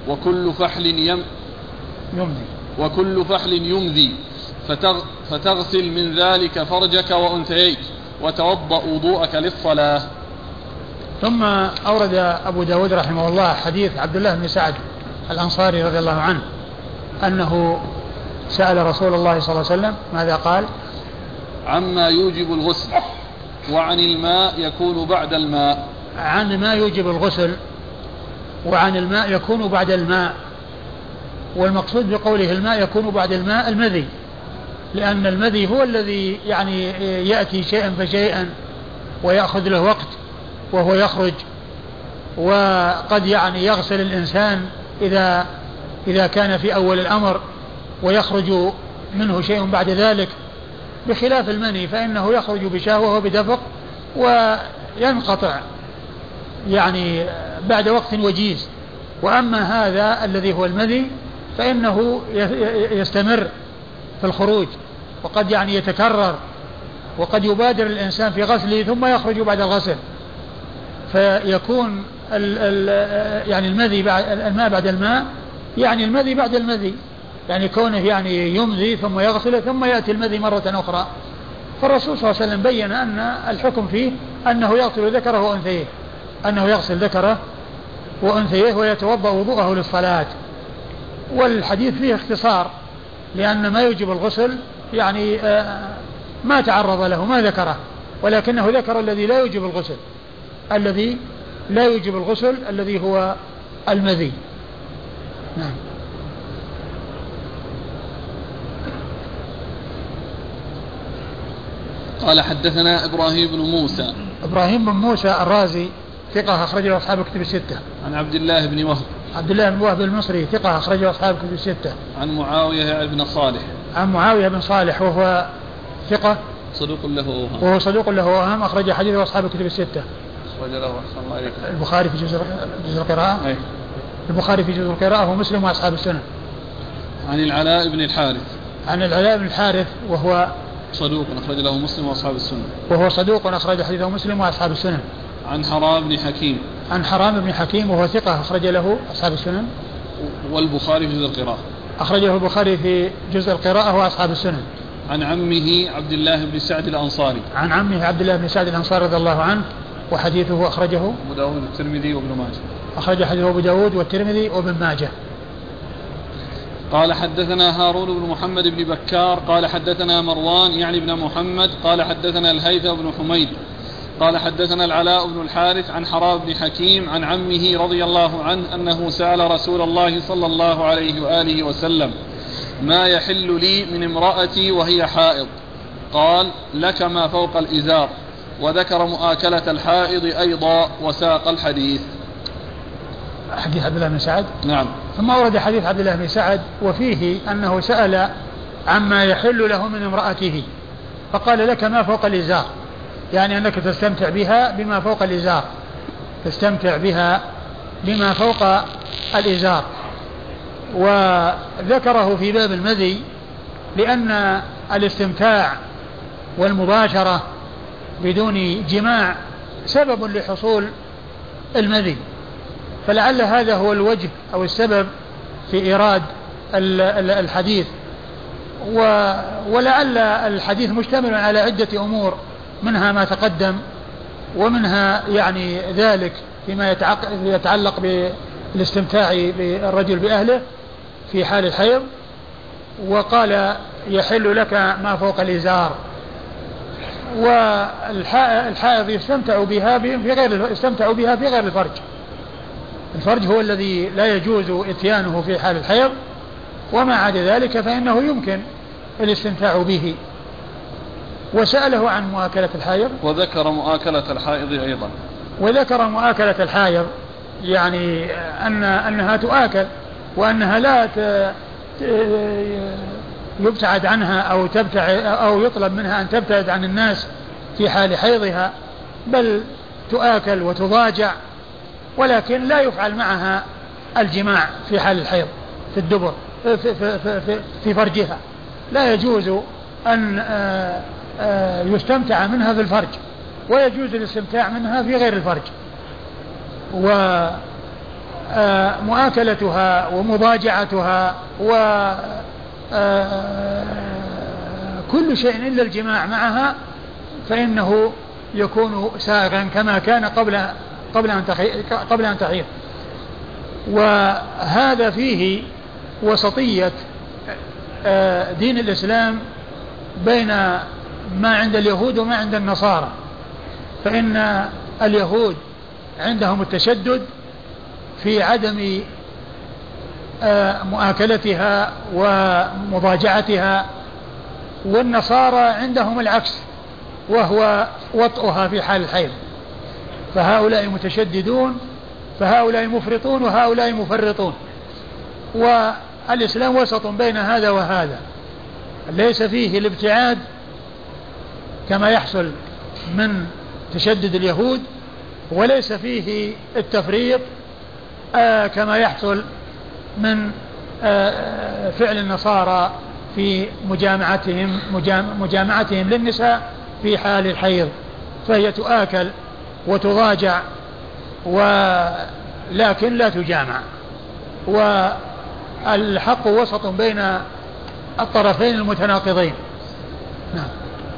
وكل فحل يمذي فتغسل من ذلك فرجك وأنثيك وتوضأ وضوءك للصلاة. ثم أورد أبو داود رحمه الله حديث عبد الله بن سعد الأنصاري رضي الله عنه أنه سأل رسول الله صلى الله عليه وسلم ماذا قال؟ عما يوجب الغسل وعن الماء يكون بعد الماء. عن ما يوجب الغسل وعن الماء يكون بعد الماء. والمقصود بقوله الماء يكون بعد الماء المذي، لأن المذي هو الذي يعني يأتي شيئا فشيئا ويأخذ له وقت وهو يخرج، وقد يعني يغسل الإنسان إذا كان في أول الأمر ويخرج منه شيء بعد ذلك، بخلاف المني فإنه يخرج بشهوة وبدفق وينقطع يعني بعد وقت وجيز. وأما هذا الذي هو المذي فإنه يستمر في الخروج، وقد يعني يتكرر، وقد يبادر الإنسان في غسله ثم يخرج بعد الغسل، فيكون يعني الماء بعد الماء، يعني المذي بعد المذي، يعني كونه يعني يمذي ثم يغسل ثم يأتي المذي مرة أخرى. فالرسول صلى الله عليه وسلم بين أن الحكم فيه أنه يغسل ذكره وأنثيه، أنه يغسل ذكره وأنثيه ويتوضأ وضوءه للصلاة. والحديث فيه اختصار، لأن ما يوجب الغسل يعني ما تعرض له، ما ذكره، ولكنه ذكر الذي لا يوجب الغسل، الذي لا يوجب الغسل الذي هو المذي. نعم. قال حدثنا إبراهيم بن موسى الرازي ثقة أخرجه أصحاب الكتب الستة. عن عبد الله بن وهب المصري ثقة أخرجه أصحاب الكتب الستة. عن معاوية بن صالح وهو ثقة صدوق له وهم أخرج حديثه أصحاب الكتب الستة. أخرج له أحسن الله إليك البخاري في جزء القراءة. البخاري في جزء القراءة ومسلم وأصحاب السنة. عن العلاء بن الحارث وهو صدوق أخرج له مسلم وأصحاب السنة. أخرج حديثه مسلم وأصحاب السنة. عن حرام بن حكيم وهو ثقة أخرج له أصحاب السنن والبخاري في جزء القراءة. أخرجه البخاري في جزء القراءة وأصحاب السنن. عن عمه عبد الله بن سعد الأنصاري رضي الله عنه، وحديثه أخرجه أبو داود والترمذي وابن ماجه. أخرج حديثه أبو داود والترمذي وابن ماجه. قال حدثنا هارون بن محمد بن بكار قال حدثنا مروان يعني بن محمد قال حدثنا الهيثم بن حميد قال حدثنا العلاء بن الحارث عن حرام بن حكيم عن عمه رضي الله عنه أنه سأل رسول الله صلى الله عليه وآله وسلم: ما يحل لي من امرأتي وهي حائض؟ قال: لك ما فوق الإزار. وذكر مؤاكلة الحائض أيضا وساق الحديث. حديث عبد الله بن سعد. نعم. ثم ورد حديث عبد الله بن سعد وفيه أنه سأل عما يحل له من امرأته فقال: لك ما فوق الإزار، يعني أنك تستمتع بها بما فوق الإزار، تستمتع بها بما فوق الإزار. وذكره في باب المذي لأن الاستمتاع والمباشرة بدون جماع سبب لحصول المذي، فلعل هذا هو الوجه أو السبب في إيراد الحديث. ولعل الحديث مشتمل على عدة أمور، منها ما تقدم ومنها يعني ذلك فيما يتعلق بالاستمتاع بالرجل بأهله في حال الحيض. وقال: يحل لك ما فوق الإزار. والحائض يستمتع بها في غير الفرج. الفرج هو الذي لا يجوز اتيانه في حال الحيض، وما عدا ذلك فإنه يمكن الاستمتاع به. وسأله عن مؤاكلة الحائض وذكر مؤاكلة الحائض أيضا. وذكر مؤاكلة الحائض يعني أنها تؤاكل، وأنها لا يبتعد عنها أو يطلب منها أن تبتعد عن الناس في حال حيضها، بل تؤاكل وتضاجع، ولكن لا يفعل معها الجماع في حال الحيض في الدبر في فرجها. لا يجوز أن يستمتع منها في الفرج، ويجوز الاستمتاع منها في غير الفرج. ومؤاكلتها ومضاجعتها وكل شيء إلا الجماع معها فإنه يكون سائغا كما كان قبل أن تحيض. وهذا فيه وسطية دين الإسلام بين ما عند اليهود وما عند النصارى. فإن اليهود عندهم التشدد في عدم مؤاكلتها ومضاجعتها، والنصارى عندهم العكس، وهو وطئها في حال الحيض. فهؤلاء متشددون، فهؤلاء مفرطون، وهؤلاء مفرطون. والإسلام وسط بين هذا وهذا، ليس فيه الابتعاد كما يحصل من تشدد اليهود، وليس فيه التفريط كما يحصل من فعل النصارى في مجامعتهم للنساء في حال الحيض، فهي تؤاكل وتضاجع ولكن لا تجامع. والحق وسط بين الطرفين المتناقضين. نعم.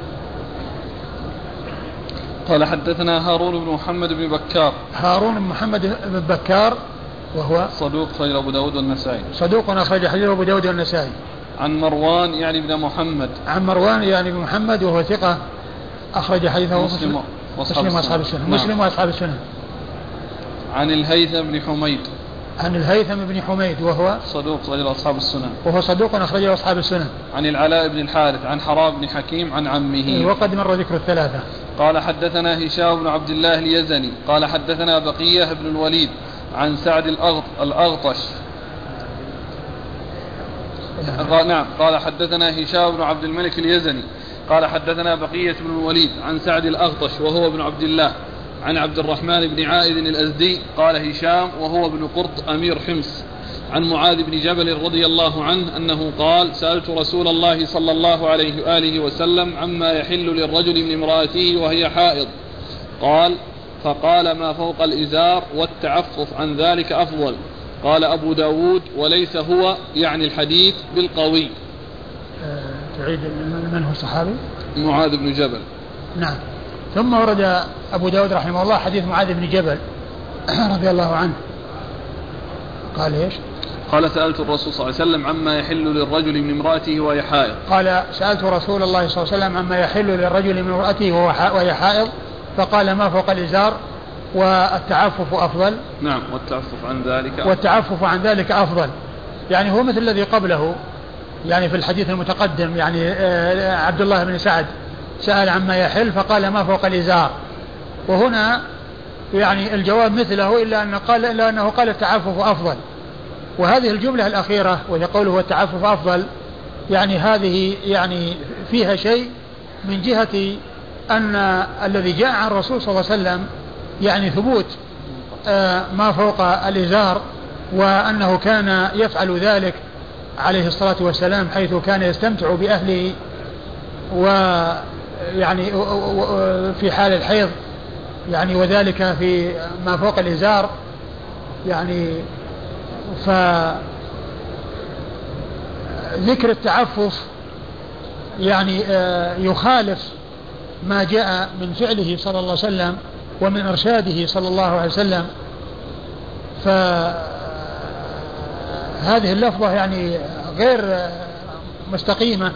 قال حدثنا هارون بن محمد بن بكار. هارون بن محمد بن بكار وهو صدوق أخرج أبو داود والنسائي. صدوق أخرج حديث أبو داود والنسائي. عن مروان يعني بن محمد. عن مروان يعني بن محمد وهو ثقة أخرج حديثه مسلم وأصحاب السنة. نعم. مسلم وأصحاب السنة. عن الهيثم بن حميد. عن الهيثم بن حميد وهو صدوق أخرج أصحاب السنن. وهو صدوق أخرج أصحاب السنن. عن العلاء بن الحارث عن حرام بن حكيم عن عمه. وقد مر ذكر الثلاثة. قال حدثنا هشام بن عبد الله اليزني قال حدثنا بقية بن الوليد عن سعد الأغطش. نعم. قال حدثنا هشام بن عبد الملك اليزني قال حدثنا بقية بن الوليد عن سعد الأغطش وهو ابن عبد الله عن عبد الرحمن بن عائد الأزدي قال هشام وهو ابن قرط أمير حمص عن معاذ بن جبل رضي الله عنه أنه قال: سألت رسول الله صلى الله عليه وآله وسلم عما يحل للرجل من امرأته وهي حائض، فقال: ما فوق الإزار، والتعفف عن ذلك أفضل. قال أبو داود: وليس هو يعني الحديث بالقوي. تعيد من هو الصحابي؟ معاذ بن جبل. نعم. ثم ورد أبو داود رحمه الله حديث معاذ بن جبل رضي الله عنه، قال إيش؟ قال سألت الرسول صلى الله عليه وسلم عما يحل للرجل من امرأته وهي حائض. قال سألت رسول الله صلى الله عليه وسلم عما يحل للرجل من امرأته وهي حائض فقال ما فوق الإزار والتعفف أفضل. نعم والتعفف عن ذلك أفضل. يعني هو مثل الذي قبله يعني في الحديث المتقدم يعني عبد الله بن سعد سأل عما يحل فقال ما فوق الإزار. وهنا يعني الجواب مثله إلا أنه قال التعفف أفضل. وهذه الجملة الأخيرة وهي قوله التعفف أفضل يعني هذه يعني فيها شيء من جهة أن الذي جاء عن الرسول صلى الله عليه وسلم يعني ثبوت ما فوق الإزار وأنه كان يفعل ذلك عليه الصلاة والسلام حيث كان يستمتع بأهله ويعني في حال الحيض يعني وذلك في ما فوق الإزار يعني فذكر التعفف يعني يخالف ما جاء من فعله صلى الله عليه وسلم ومن إرشاده صلى الله عليه وسلم. فهذه اللفظة يعني غير مستقيمة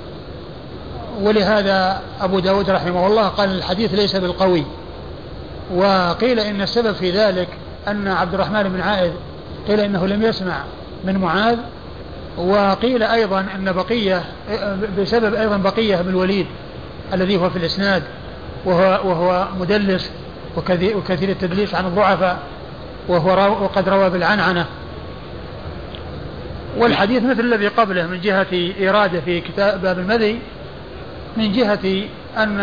ولهذا أبو داود رحمه الله قال الحديث ليس بالقوي. وقيل إن السبب في ذلك أن عبد الرحمن بن عائذ قيل إنه لم يسمع من معاذ. وقيل أيضا أن بقية بسبب أيضا بقية بن الوليد الذي هو في الإسناد وهو مدلس وكثير التدليس عن الضعفاء وقد روى بالعنعنة. والحديث مثل الذي قبله من جهة إرادة في كتاب باب المذي من جهة أن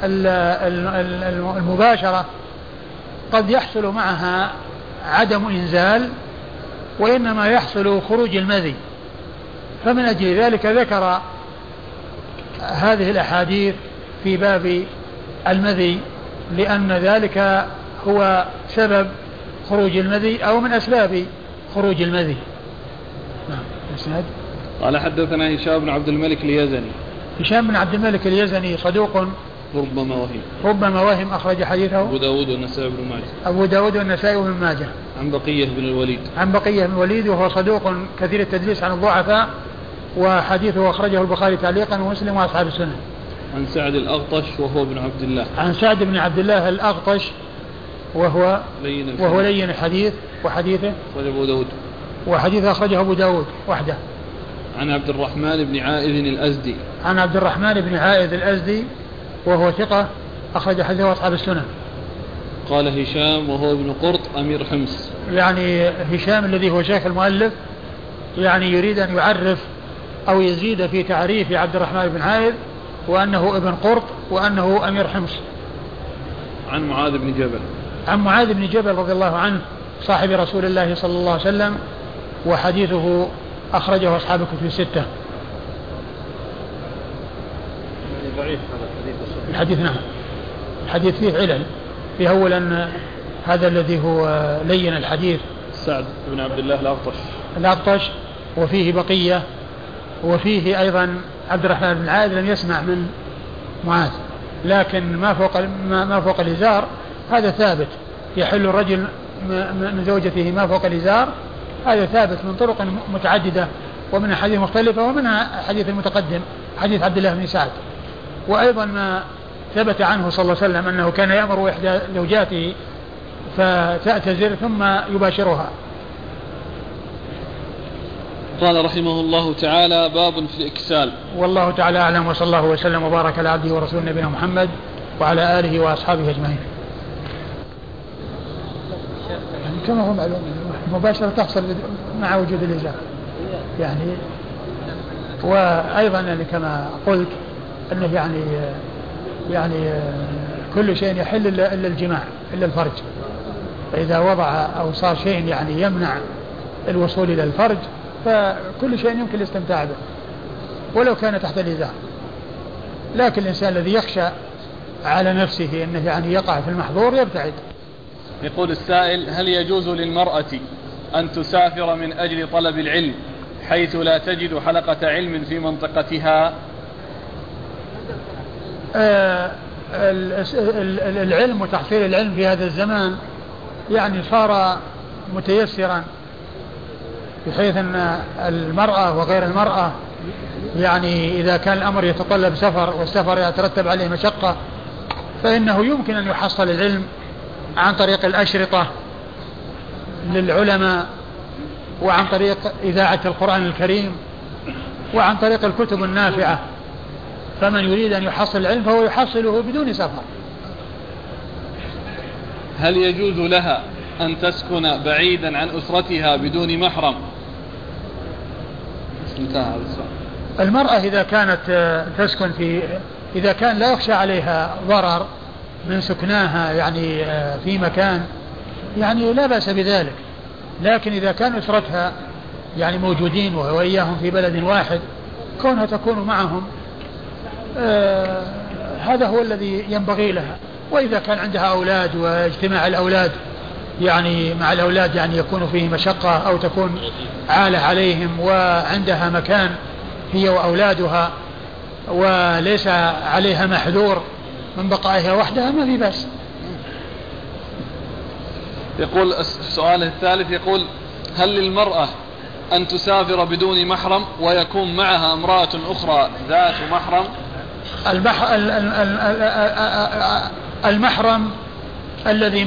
المباشرة قد يحصل معها عدم إنزال وإنما يحصل خروج المذي. فمن أجل ذلك ذكر هذه الأحاديث في باب المذي لأن ذلك هو سبب خروج المذي أو من أسباب خروج المذي. نعم. قال حدثنا هشام بن عبد الملك اليزني. هشام بن عبد الملك اليزني صدوق ربما وهم أخرج حديثه أبو داود والنسائي بن ماجه. أبو داود والنسائي بن ماجه. عن بقية بن الوليد وهو صدوق كثير التدليس عن الضعفاء وحديثه أخرجه البخاري تعليقا ومسلم وأصحاب السنة. عن سعد الأغطش وهو ابن عبد الله. عن سعد بن عبد الله الأغطش وهو لين الحديث وحديثه أبو داود وحديثه أخرجه أبو داود وحده. عن عبد الرحمن بن عائذ الأزدي. عن عبد الرحمن بن عائذ الأزدي وهو ثقة أخرج حديثه أصحاب السنة. قال هشام وهو ابن قرط أمير حمص. يعني هشام الذي هو شيخ المؤلف يعني يريد أن يعرف أو يزيد في تعريف عبد الرحمن بن عائذ وأنه ابن قرط وأنه أمير حمص. عن معاذ بن جبل رضي الله عنه صاحب رسول الله صلى الله عليه وسلم وحديثه أخرجه أصحاب الكتب الستة. ضعيف الحديث. نعم الحديث فيه علل. في أولا هذا الذي هو لين الحديث سعد بن عبد الله الأغطش وفيه بقية وفيه أيضا عبد الرحمن بن عائذ لم يسمع من معاذ. لكن ما فوق الإزار هذا ثابت يحل الرجل من زوجته ما فوق الإزار هذا ثابت من طرق متعددة ومن حديث مختلفة ومنها حديث المتقدم حديث عبد الله بن سعد. وأيضا ما ثبت عنه صلى الله عليه وسلم أنه كان يأمر إحدى زوجاته فتأتزر ثم يباشرها. قال رحمه الله تعالى باب في الإكسال. والله تعالى أعلم وصلى الله وسلم وبارك على عبده ورسوله نبينا محمد وعلى آله وأصحابه أجمعين. يعني كما هو معلوم المباشرة تحصل مع وجود الإزار يعني. وأيضا يعني كما قلت أنه يعني كل شيء يحل إلا الجماع إلا الفرج. فإذا وضع أو صار شيء يعني يمنع الوصول إلى الفرج فكل شيء يمكن الاستمتاع به ولو كان تحت الإزار. لكن الإنسان الذي يخشى على نفسه أنه يعني يقع في المحظور يبتعد. يقول السائل هل يجوز للمرأة أن تسافر من أجل طلب العلم حيث لا تجد حلقة علم في منطقتها؟ العلم وتحصيل العلم في هذا الزمان يعني صار متيسرا بحيث أن المرأة وغير المرأة يعني إذا كان الأمر يتطلب سفر والسفر يترتب عليه مشقة فإنه يمكن أن يحصل العلم عن طريق الأشرطة للعلماء وعن طريق إذاعة القرآن الكريم وعن طريق الكتب النافعة. فمن يريد أن يحصل العلم فهو يحصله بدون سفر. هل يجوز لها أن تسكن بعيدا عن أسرتها بدون محرم؟ انتهى السؤال. المرأة إذا كانت تسكن إذا كان لا يخشى عليها ضرر من سكناها يعني في مكان يعني لا بأس بذلك، لكن إذا كان أسرتها يعني موجودين وإياهم في بلد واحد كونها تكون معهم هذا هو الذي ينبغي لها. وإذا كان عندها أولاد واجتماع الأولاد يعني مع الأولاد يعني يكون فيه مشقة أو تكون عالة عليهم وعندها مكان هي وأولادها وليس عليها محذور من بقائها وحدها ما في بأس. يقول السؤال الثالث يقول هل للمرأة أن تسافر بدون محرم ويكون معها امرأة أخرى ذات محرم؟ المحرم الذي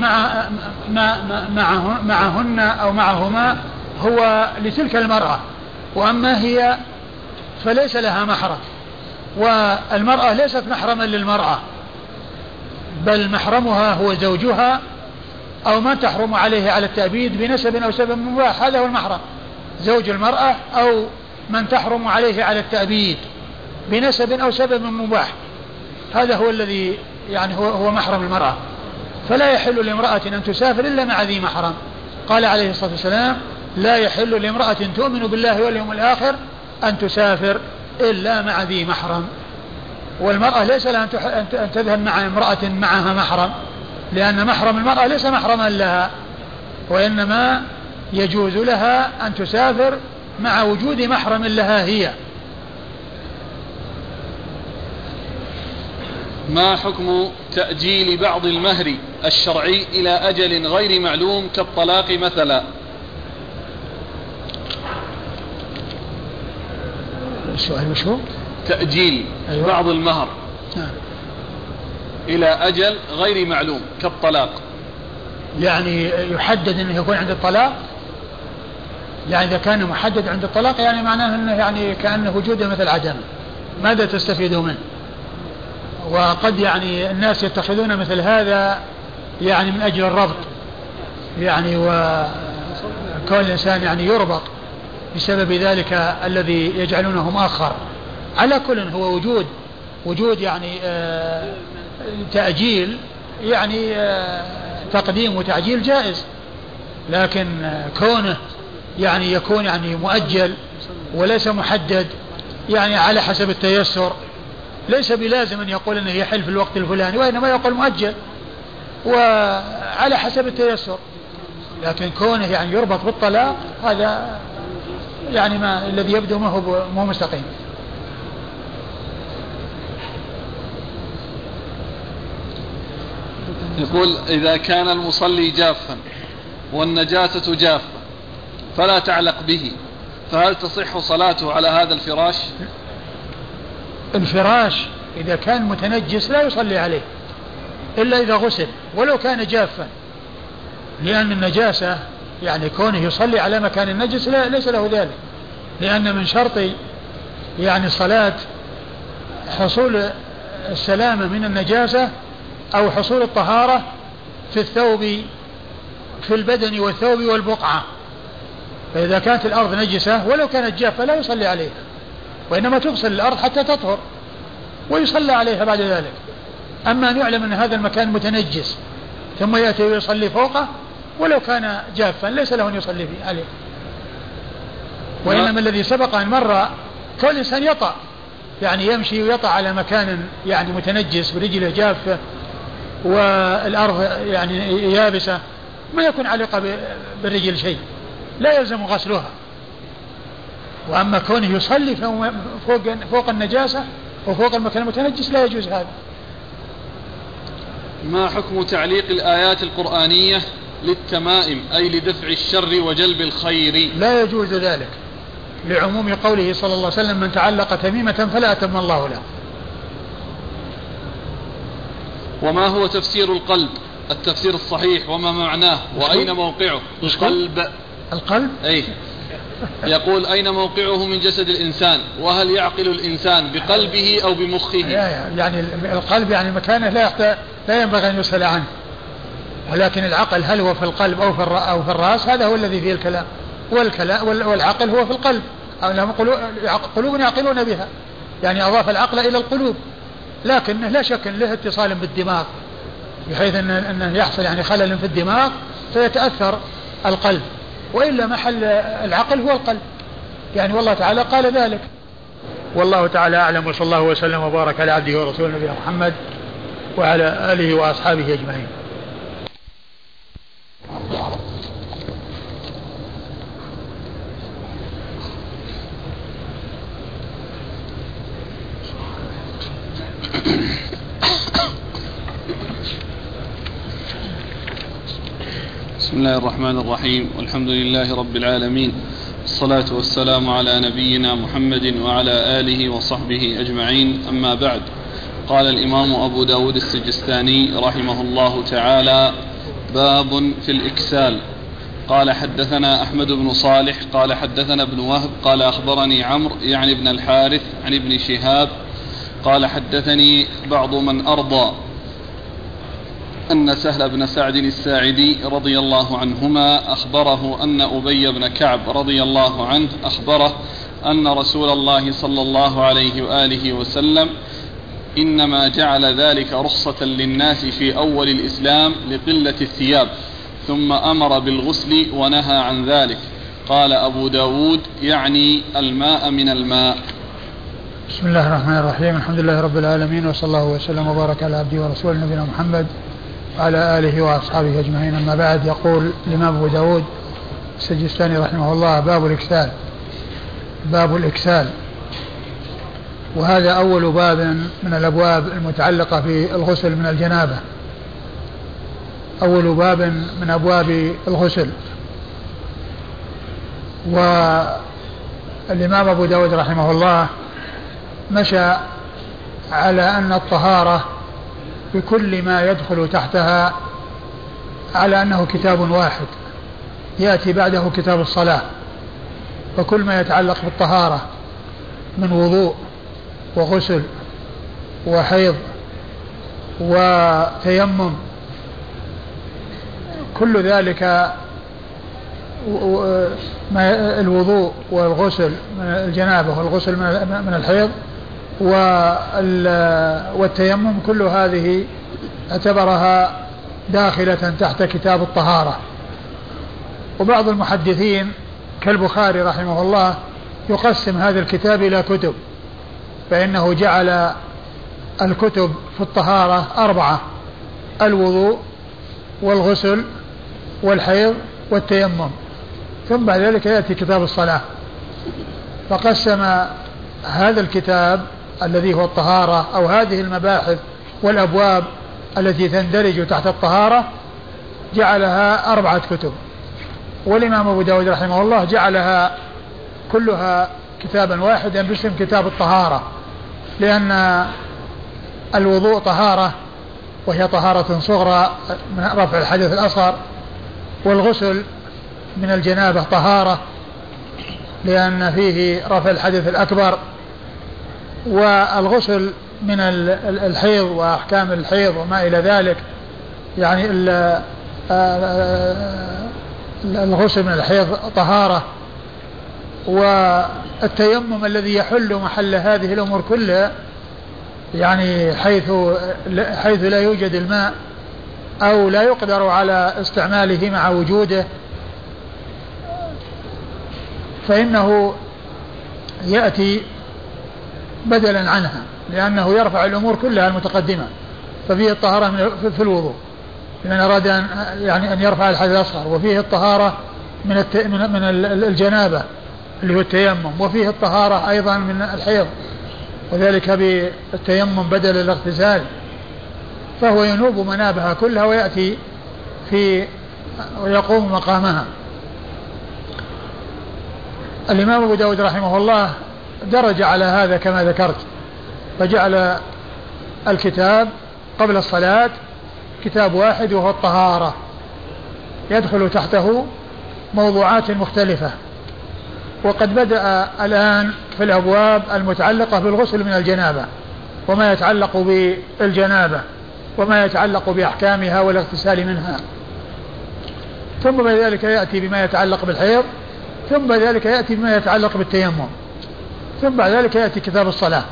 معهن أو معهما هو لتلك المرأة، وأما هي فليس لها محرم، والمرأة ليست محرما للمرأة بل محرمها هو زوجها أو من تحرم عليه على التأبيد بنسب أو سبب مباح. هذا هو المحرم، زوج المرأة أو من تحرم عليه على التأبيد بنسب أو سبب مباح، هذا هو الذي يعني هو محرم المرأة. فلا يحل لامرأة أن تسافر إلا مع ذي محرم. قال عليه الصلاة والسلام لا يحل لامرأة تؤمن بالله واليوم الآخر أن تسافر إلا مع ذي محرم. والمرأة ليس لها أن تذهب مع امرأة معها محرم، لأن محرم المرأة ليس محرما لها، وإنما يجوز لها أن تسافر مع وجود محرم لها هي. ما حكم تأجيل بعض المهر الشرعي إلى أجل غير معلوم كالطلاق مثلا؟ السؤال وش هو؟ تأجيل أيوة. بعض المهر إلى أجل غير معلوم كالطلاق، يعني يحدد أنه يكون عند الطلاق، يعني إذا كان محدد عند الطلاق يعني معناه أنه يعني كأنه وجوده مثل عدم. ماذا تستفيدوا منه؟ وقد يعني الناس يتخذون مثل هذا يعني من أجل الربط، يعني وكل الإنسان يعني يربط بسبب ذلك الذي يجعلونه مؤخر. على كل هو وجود يعني تأجيل يعني تقديم وتعجيل جائز، لكن كونه يعني يكون يعني مؤجل وليس محدد يعني على حسب التيسر ليس بلازم أن يقول أنه يحل في الوقت الفلاني، وإنما يقول مؤجل وعلى حسب التيسر. لكن كونه يعني يربط بالطلاق هذا يعني ما الذي يبدو ما هو مستقيم. يقول إذا كان المصلي جافا والنجاسة جافة فلا تعلق به، فهل تصح صلاته على هذا الفراش؟ الفراش إذا كان متنجس لا يصلي عليه إلا إذا غسل ولو كان جافا، لأن النجاسة يعني كونه يصلي على مكان النجس ليس له ذلك، لأن من شرط يعني الصلاة حصول السلامة من النجاسة أو حصول الطهارة في الثوب في البدن والثوب والبقعة. فإذا كانت الأرض نجسة ولو كانت جافة لا يصلي عليها، وإنما تغسل الأرض حتى تطهر ويصلى عليها بعد ذلك. أما أن يعلم أن هذا المكان متنجس ثم يأتي ويصلي فوقه ولو كان جافا ليس له أن يصلي فيه عليه. وإنما الذي سبق أن مر كل إنسان يطأ يعني يمشي ويطأ على مكان يعني متنجس برجله جافة والأرض يعني يابسة ما يكون علق بالرجل شيء لا يلزم غسلها. وأما كونه يصلي فوق النجاسة وفوق المكان المتنجس لا يجوز هذا. ما حكم تعليق الآيات القرآنية للتمائم أي لدفع الشر وجلب الخير. لا يجوز ذلك لعموم قوله صلى الله عليه وسلم من تعلق تميمة فلا أتم الله له. وما هو تفسير القلب التفسير الصحيح وما معناه وأين موقعه؟ القلب أي يقول أين موقعه من جسد الإنسان وهل يعقل الإنسان بقلبه أو بمخه؟ يعني القلب يعني مكانه لا ينبغي أن يسأل عنه، ولكن العقل هل هو في القلب أو في الرأس هذا هو الذي فيه الكلام، والعقل هو في القلب، أو لهم قلوب يعقلون بها، يعني أضاف العقل إلى القلوب، لكنه لا شك له اتصال بالدماغ بحيث أنه يحصل يعني خلل في الدماغ فيتأثر القلب، وإلا محل العقل هو القلب يعني، والله تعالى قال ذلك. والله تعالى أعلم، وصلى الله وسلم وبارك على عبده ورسوله نبينا محمد وعلى آله وأصحابه أجمعين. بسم الله الرحمن الرحيم، والحمد لله رب العالمين، الصلاة والسلام على نبينا محمد وعلى آله وصحبه أجمعين، أما بعد. قال الإمام أبو داود السجستاني رحمه الله تعالى: باب في الإكسال. قال حدثنا أحمد بن صالح قال حدثنا ابن وهب قال أخبرني عمرو يعني ابن الحارث عن ابن شهاب قال حدثني بعض من أرضى أن سهل بن سعد الساعدي رضي الله عنهما أخبره أن أبي بن كعب رضي الله عنه أخبره أن رسول الله صلى الله عليه وآله وسلم إنما جعل ذلك رخصة للناس في أول الإسلام لقلة الثياب، ثم أمر بالغسل ونهى عن ذلك. قال أبو داود يعني الماء من الماء. بسم الله الرحمن الرحيم، الحمد لله رب العالمين، وصلى الله وسلم وبارك على عبده ورسوله نبينا محمد وعلى آله وأصحابه أجمعين، أما بعد. يقول الإمام أبو داود السجستاني رحمه الله: باب الإكسال. باب الإكسال، وهذا أول باب من الأبواب المتعلقة في الغسل من الجنابة، أول باب من أبواب الغسل. والإمام أبو داود رحمه الله مشى على أن الطهارة بكل ما يدخل تحتها على أنه كتاب واحد يأتي بعده كتاب الصلاة، فكل ما يتعلق بالطهارة من وضوء وغسل وحيض وتيمم، كل ذلك الوضوء والغسل من الجنابة والغسل من الحيض والتيمم، كل هذه اعتبرها داخلة تحت كتاب الطهارة. وبعض المحدثين كالبخاري رحمه الله يقسم هذا الكتاب إلى كتب، فإنه جعل الكتب في الطهارة 4: الوضوء والغسل والحيض والتيمم، ثم بعد ذلك يأتي كتاب الصلاة. فقسم هذا الكتاب الذي هو الطهارة أو هذه المباحث والأبواب التي تندرج تحت الطهارة جعلها 4 كتب، والإمام أبو داود رحمه الله جعلها كلها كتابا واحدا باسم كتاب الطهارة، لأن الوضوء طهارة وهي طهارة صغرى من رفع الحدث الأصغر، والغسل من الجنابة طهارة لأن فيه رفع الحدث الأكبر، والغسل من الحيض وأحكام الحيض وما إلى ذلك، يعني الغسل من الحيض طهارة، والتيمم الذي يحل محل هذه الأمور كلها، يعني حيث لا يوجد الماء أو لا يقدر على استعماله مع وجوده، فإنه يأتي بدلا عنها، لأنه يرفع الأمور كلها المتقدمة. ففيه الطهارة في الوضوء لمن أراد أن يرفع الحدث الأصغر، وفيه الطهارة من الجنابة اللي هو التيمم، وفيه الطهارة أيضا من الحيض، وذلك بالتيمم بدل الاغتسال، فهو ينوب منابها كلها ويأتي في ويقوم مقامها. الإمام أبو داود رحمه الله درج على هذا كما ذكرت، فجعل الكتاب قبل الصلاة كتاب واحد وهو الطهارة، يدخل تحته موضوعات مختلفة. وقد بدأ الآن في الأبواب المتعلقة بالغسل من الجنابة وما يتعلق بالجنابة وما يتعلق بأحكامها والاغتسال منها، ثم بعد ذلك يأتي بما يتعلق بالحيض، ثم بعد ذلك يأتي بما يتعلق بالتيمم، ثم بعد ذلك يأتي كتاب الصلاة.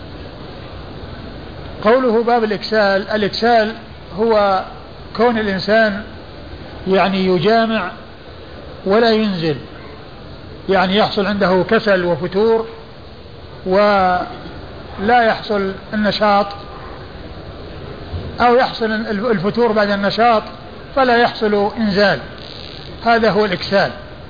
قوله باب الإكسال، الإكسال هو كون الإنسان يعني يجامع ولا ينزل، يعني يحصل عنده كسل وفتور ولا يحصل النشاط، أو يحصل الفتور بعد النشاط فلا يحصل إنزال، هذا هو الإكسال.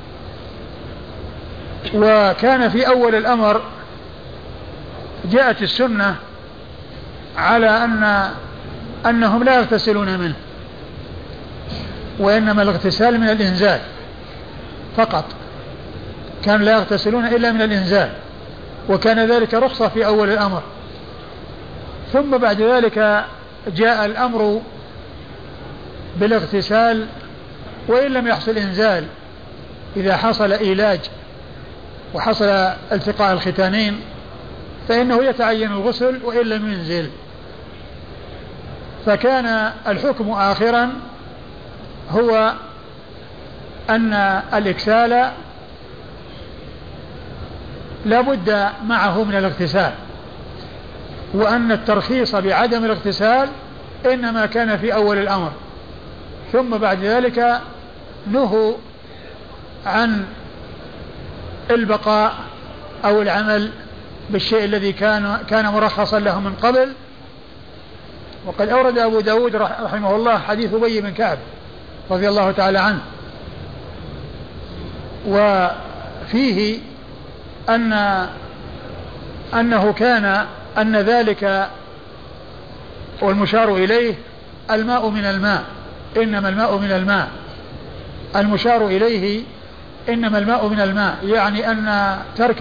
وكان في أول الأمر جاءت السنة على أنهم لا يغتسلون منه، وإنما الاغتسال من الإنزال فقط، كانوا لا يغتسلون إلا من الإنزال، وكان ذلك رخصة في أول الأمر. ثم بعد ذلك جاء الأمر بالاغتسال وإن لم يحصل إنزال، إذا حصل إيلاج وحصل التقاء الختانين فإنه يتعين الغسل وإن لم ينزل. فكان الحكم آخرا هو أن الإكسال لا بد معه من الاغتسال، وأن الترخيص بعدم الاغتسال إنما كان في أول الأمر، ثم بعد ذلك نهوا عن البقاء أو العمل بالشيء الذي كان مرخصا له من قبل. وقد أورد أبو داود رحمه الله حديث أبي بن كعب رضي الله تعالى عنه، وفيه أنه كان أن ذلك والمشار إليه الماء من الماء، إنما الماء من الماء، المشار إليه إنما الماء من الماء، يعني أن ترك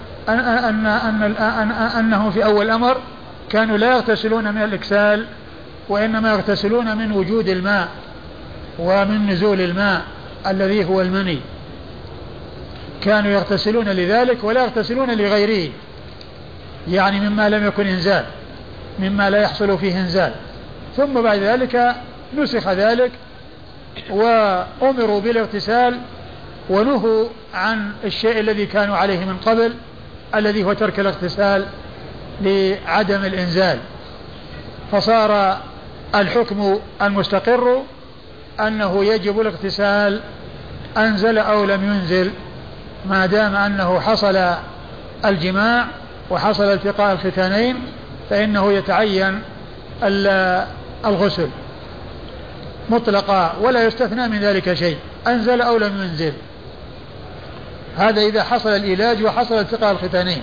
أنه في أول الأمر كانوا لا يغتسلون من الإكسال، وإنما يغتسلون من وجود الماء ومن نزول الماء الذي هو المني، كانوا يغتسلون لذلك ولا يغتسلون لغيره، يعني مما لم يكن إنزال، مما لا يحصل فيه إنزال. ثم بعد ذلك نسخ ذلك وأمروا بالاغتسال ونهوا عن الشيء الذي كانوا عليه من قبل الذي هو ترك الاغتسال لعدم الإنزال. فصار الحكم المستقر أنه يجب الاغتسال أنزل أو لم ينزل، ما دام أنه حصل الجماع وحصل التقاء الختانين فإنه يتعين الغسل مطلقا ولا يستثنى من ذلك شيء، أنزل أو لم ينزل. هذا إذا حصل العلاج وحصل التقاء الختانين.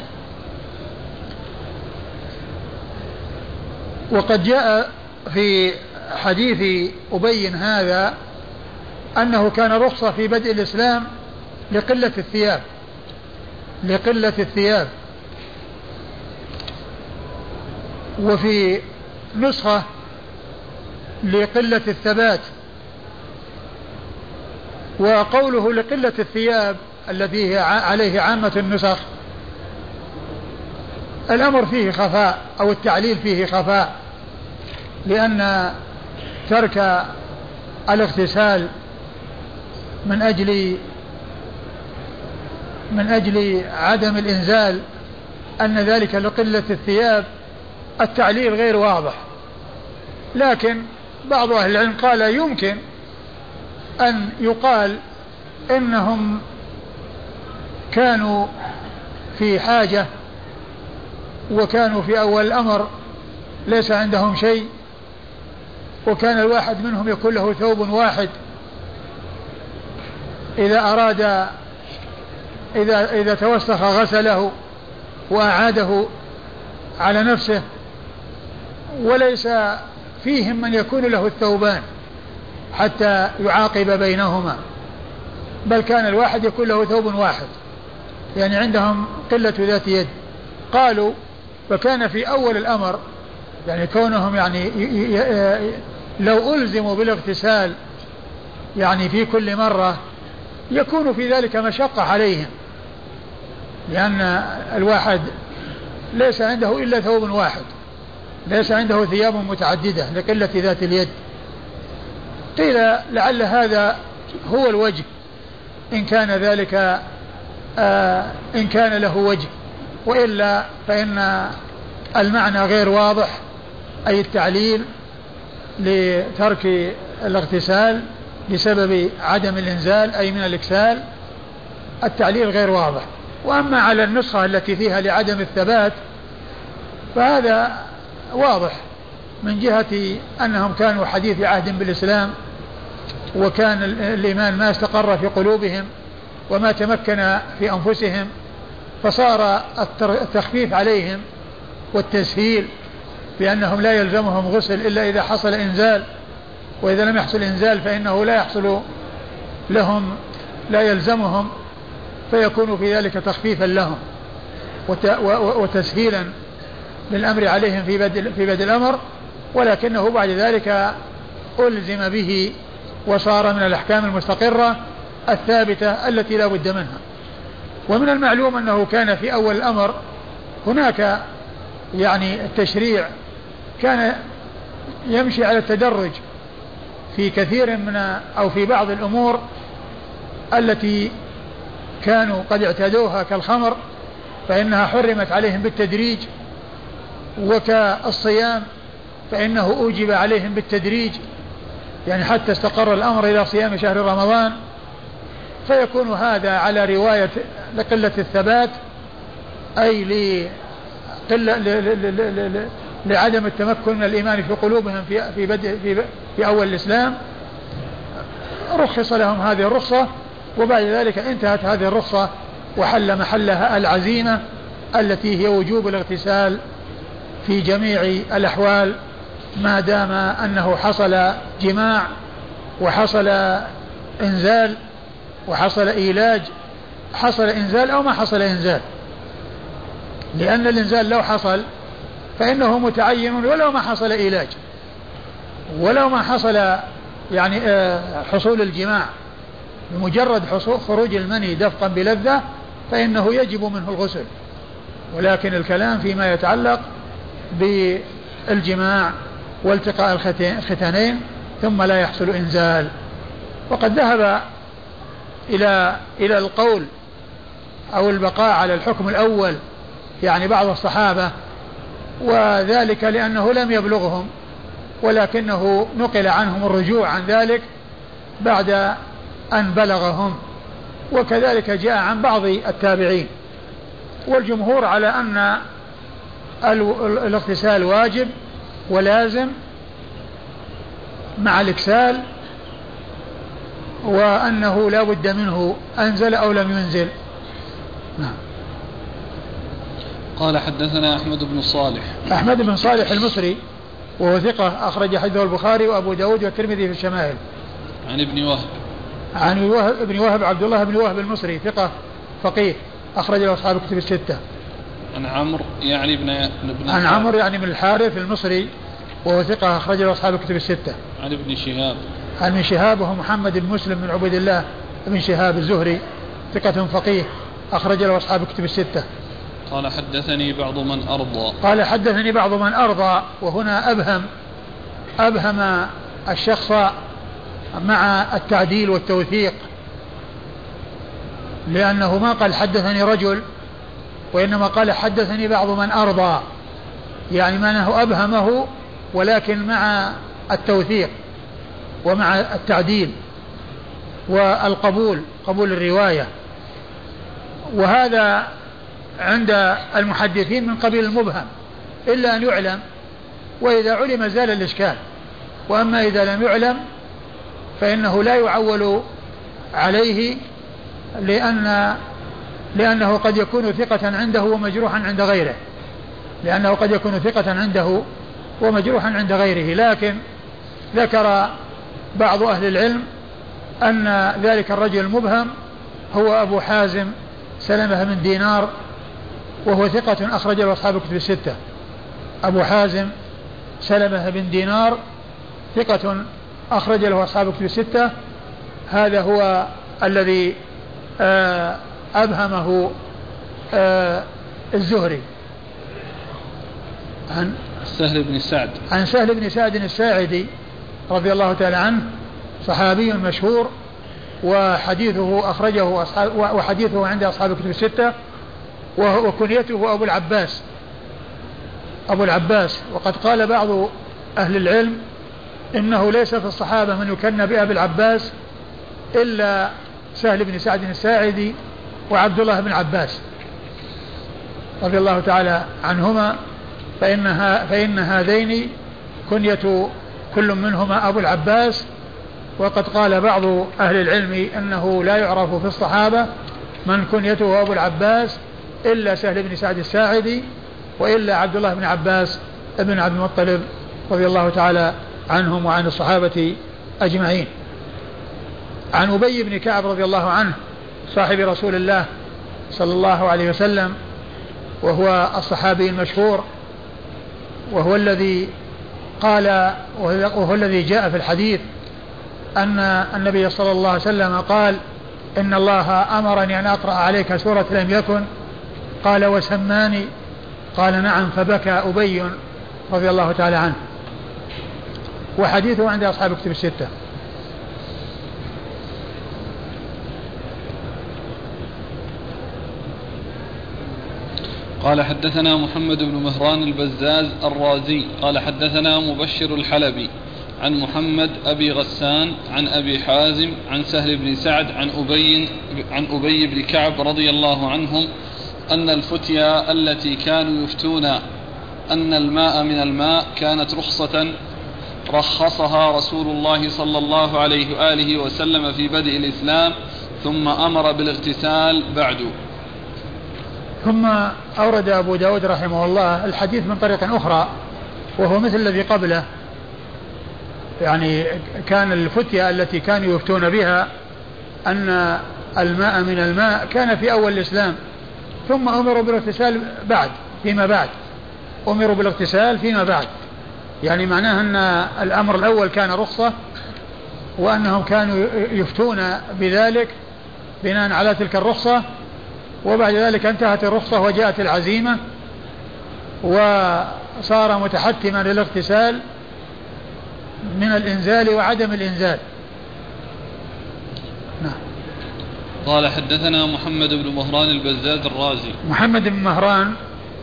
وقد جاء في حديث أبي هذا أنه كان رخصة في بدء الإسلام لقلة الثياب، وفي نسخة لقلة الثبات. وقوله لقلة الثياب الذي هي عليه عامة النسخ الأمر فيه خفاء أو التعليل فيه خفاء، لأن ترك الاغتسال من أجل عدم الإنزال أن ذلك لقلة الثياب، التعليل غير واضح. لكن بعض أهل العلم قال يمكن أن يقال إنهم كانوا في حاجة وكانوا في أول الأمر ليس عندهم شيء، وكان الواحد منهم يكون له ثوب واحد إذا أراد إذا توسخ غسله وأعاده على نفسه، وليس فيهم من يكون له الثوبان، حتى يعاقب بينهما، بل كان الواحد يكون له ثوب واحد، يعني عندهم قلة ذات يد. قالوا وكان في أول الأمر يعني كونهم يعني لو ألزموا بالاغتسال يعني في كل مرة يكون في ذلك مشقة عليهم، لأن الواحد ليس عنده إلا ثوب واحد، ليس عنده ثياب متعددة لقلة ذات اليد. قيل لعل هذا هو الوجه إن كان ذلك إن كان له وجه، وإلا فإن المعنى غير واضح، أي التعليل لترك الاغتسال بسبب عدم الإنزال أي من الإكسال، التعليل غير واضح. وأما على النسخة التي فيها لعدم الثبات فهذا واضح من جهة أنهم كانوا حديث عهد بالإسلام، وكان الإيمان ما استقر في قلوبهم وما تمكن في أنفسهم، فصار التخفيف عليهم والتسهيل بأنهم لا يلزمهم غسل إلا إذا حصل إنزال، وإذا لم يحصل إنزال فإنه لا يحصل لهم لا يلزمهم، فيكون في ذلك تخفيفا لهم وتسهيلا للأمر عليهم في بدء الأمر، ولكنه بعد ذلك ألزم به وصار من الأحكام المستقرة الثابتة التي لا بد منها. ومن المعلوم أنه كان في أول الأمر هناك يعني التشريع كان يمشي على التدرج في كثير من أو في بعض الأمور التي كانوا قد اعتادوها كالخمر فإنها حرمت عليهم بالتدريج، وكالصيام فإنه أوجب عليهم بالتدريج، يعني حتى استقر الأمر إلى صيام شهر رمضان، فيكون هذا على رواية لقلة الثبات أي لعدم التمكن من الإيمان في قلوبهم في أول الإسلام. رخص لهم هذه الرخصة، وبعد ذلك انتهت هذه الرخصة وحل محلها العزيمة التي هي وجوب الاغتسال في جميع الأحوال ما دام أنه حصل جماع وحصل إنزال وحصل إيلاج، حصل إنزال أو ما حصل إنزال، لأن الإنزال لو حصل فإنه متعين ولو ما حصل إيلاج، ولو ما حصل يعني حصول الجماع، بمجرد خروج المني دفقا بلذة فإنه يجب منه الغسل. ولكن الكلام فيما يتعلق بالجماع والتقاء الختانين ثم لا يحصل إنزال. وقد ذهب إلى القول أو البقاء على الحكم الأول يعني بعض الصحابة، وذلك لأنه لم يبلغهم، ولكنه نقل عنهم الرجوع عن ذلك بعد أن بلغهم، وكذلك جاء عن بعض التابعين. والجمهور على أن الاغتسال واجب ولازم مع الإكسال، وأنه لا بد منه أنزل أو لم ينزل. نعم. قال حدثنا أحمد بن صالح. أحمد بن صالح المصري وهو ثقة أخرج حديثه البخاري وأبو داود والترمذي في الشمائل. عن ابن وهب. عن ابن وهب عبد الله بن وهب المصري ثقة فقيه أخرج له أصحاب الكتب الستة. عن عمرو يعني عن عمرو يعني من الحارث المصري وهو ثقة أخرج له أصحاب الكتب الستة. عن ابن شهاب. عن ابن شهاب وهو محمد بن مسلم بن عبيد الله بن شهاب الزهري ثقة فقيه أخرج له أصحاب الكتب الستة. قال حدثني بعض من أرضى. قال حدثني بعض من أرضى، وهنا أبهم الشخص مع التعديل والتوثيق، لأنه ما قال حدثني رجل، وإنما قال حدثني بعض من أرضى، يعني معناه أبهمه ولكن مع التوثيق ومع التعديل والقبول، قبول الرواية. وهذا عند المحدثين من قبيل المبهم إلا أن يعلم، وإذا علم زال الإشكال، وأما إذا لم يعلم فإنه لا يعول عليه، لأنه قد يكون ثقة عنده ومجروحا عند غيره، لأنه قد يكون ثقة عنده ومجروحا عند غيره. لكن ذكر بعض أهل العلم أن ذلك الرجل المبهم هو أبو حازم سلمة بن دينار، وهو ثقة أخرج له أصحاب الكتب الستة. أبو حازم سلمة بن دينار ثقة أخرج له أصحاب الكتب الستة. هذا هو الذي أبهمه الزهري عن سهل بن سعد، عن سهل بن سعد الساعدي رضي الله تعالى عنه، صحابي مشهور، وحديثه أخرجه وحديثه عند أصحاب الكتب الستة، وكنيته أبو العباس. وقد قال بعض أهل العلم إنه ليس في الصحابة من يكنى بأبي العباس إلا سهل بن سعد الساعدي وعبد الله بن عباس رضي الله تعالى عنهما، فإن هذين كنية كل منهما أبو العباس. وقد قال بعض أهل العلم أنه لا يعرف في الصحابة من كنيته أبو العباس إلا سهل بن سعد الساعدي، وإلا عبد الله بن عباس ابن عبد المطلب رضي الله تعالى عنهم وعن الصحابة أجمعين. عن أبي بن كعب رضي الله عنه صاحب رسول الله صلى الله عليه وسلم، وهو الصحابي المشهور، وهو الذي قال وهو الذي جاء في الحديث أن النبي صلى الله عليه وسلم قال: إن الله أمرني أن أقرأ عليك سورة لم يكن. قال: وسماني؟ قال: نعم. فبكى أبي رضي الله تعالى عنه. وحديثه عند أصحاب الكتب الستة. قال: حدثنا محمد بن مهران البزاز الرازي قال: حدثنا مبشر الحلبي عن محمد أبي غسان عن أبي حازم عن سهل بن سعد عن أبي بن كعب رضي الله عنهم أن الفتيا التي كانوا يفتون أن الماء من الماء كانت رخصة رخصها رسول الله صلى الله عليه وآله وسلم في بدء الإسلام، ثم أمر بالاغتسال بعد. ثم أورد أبو داود رحمه الله الحديث من طريق أخرى، وهو مثل الذي قبله، يعني كان الفتية التي كانوا يفتون بها أن الماء من الماء كان في أول الإسلام، ثم أمروا بالاغتسال فيما بعد. أمروا بالاغتسال فيما بعد، يعني معناه أن الأمر الأول كان رخصة، وأنهم كانوا يفتون بذلك بناء على تلك الرخصة، وبعد ذلك انتهت الرخصة وجاءت العزيمة، وصار متحتما للاغتسال من الإنزال وعدم الإنزال. نعم. قال: حدثنا محمد بن مهران البزاز الرازي. محمد بن مهران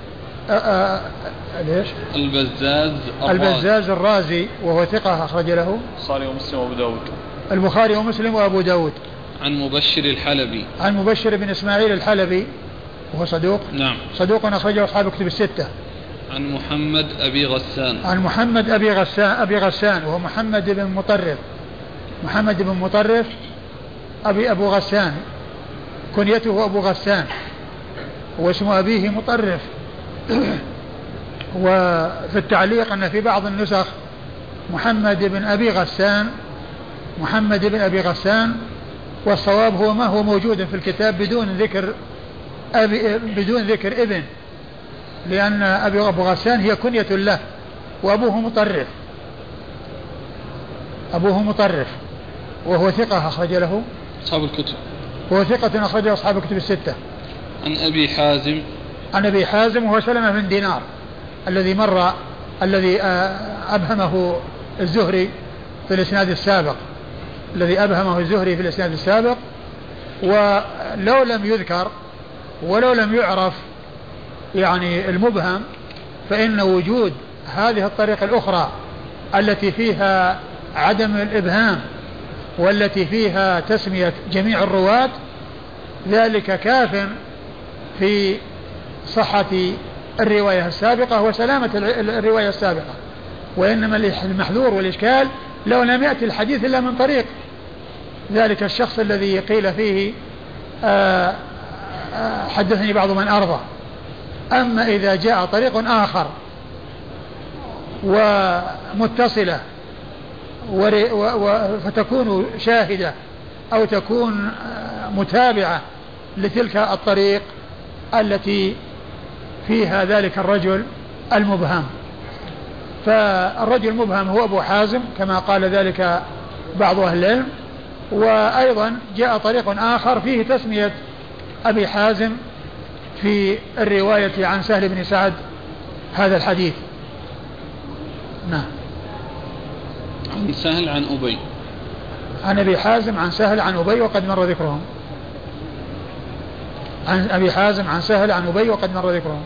ليش؟ البزاز الرازي، وهو ثقة أخرج له البخاري ومسلم وأبو داود. البخاري ومسلم وأبو داود. عن مبشر الحلبي. عن مبشر بن إسماعيل الحلبي، وهو صدوق. نعم. صدوق أخرجه أصحاب الكتب الستة. عن محمد أبي غسان. عن محمد أبي غسان وهو محمد بن مطرف. محمد بن مطرف أبو غسان، كنيته أبو غسان، واسم أبيه مطرف. وفي التعليق أن في بعض النسخ محمد بن أبي غسان، والصواب هو ما هو موجود في الكتاب بدون ذكر ابن، لأن أبو غسان هي كنية له، وأبوه مطرف، وهو ثقة أخرج له أصحاب الكتب. وهو ثقة أخرج له أصحاب الكتب الستة. عن أبي حازم وهو سلمة بن دينار الذي أبهمه الزهري في الإسناد السابق، ولو لم يذكر ولو لم يعرف يعني المبهم، فإن وجود هذه الطريقة الأخرى التي فيها عدم الإبهام والتي فيها تسمية جميع الرواة ذلك كاف في صحة الرواية السابقة وسلامة الرواية السابقة. وإنما المحذور والإشكال لو لم يأتي الحديث إلا من طريق ذلك الشخص الذي قيل فيه حدثني بعض من أرضى. أما إذا جاء طريق آخر ومتصلة فتكون شاهدة أو تكون متابعة لتلك الطريق التي فيها ذلك الرجل المبهم. فالرجل المبهم هو أبو حازم كما قال ذلك بعض أهل العلم. وأيضا جاء طريق آخر فيه تسمية أبي حازم في الرواية عن سهل بن سعد هذا الحديث. نعم. عن سهل عن أبي، عن أبي حازم عن سهل عن أبي وقد مر ذكرهم. عن أبي حازم عن سهل عن أبي وقد مر ذكرهم.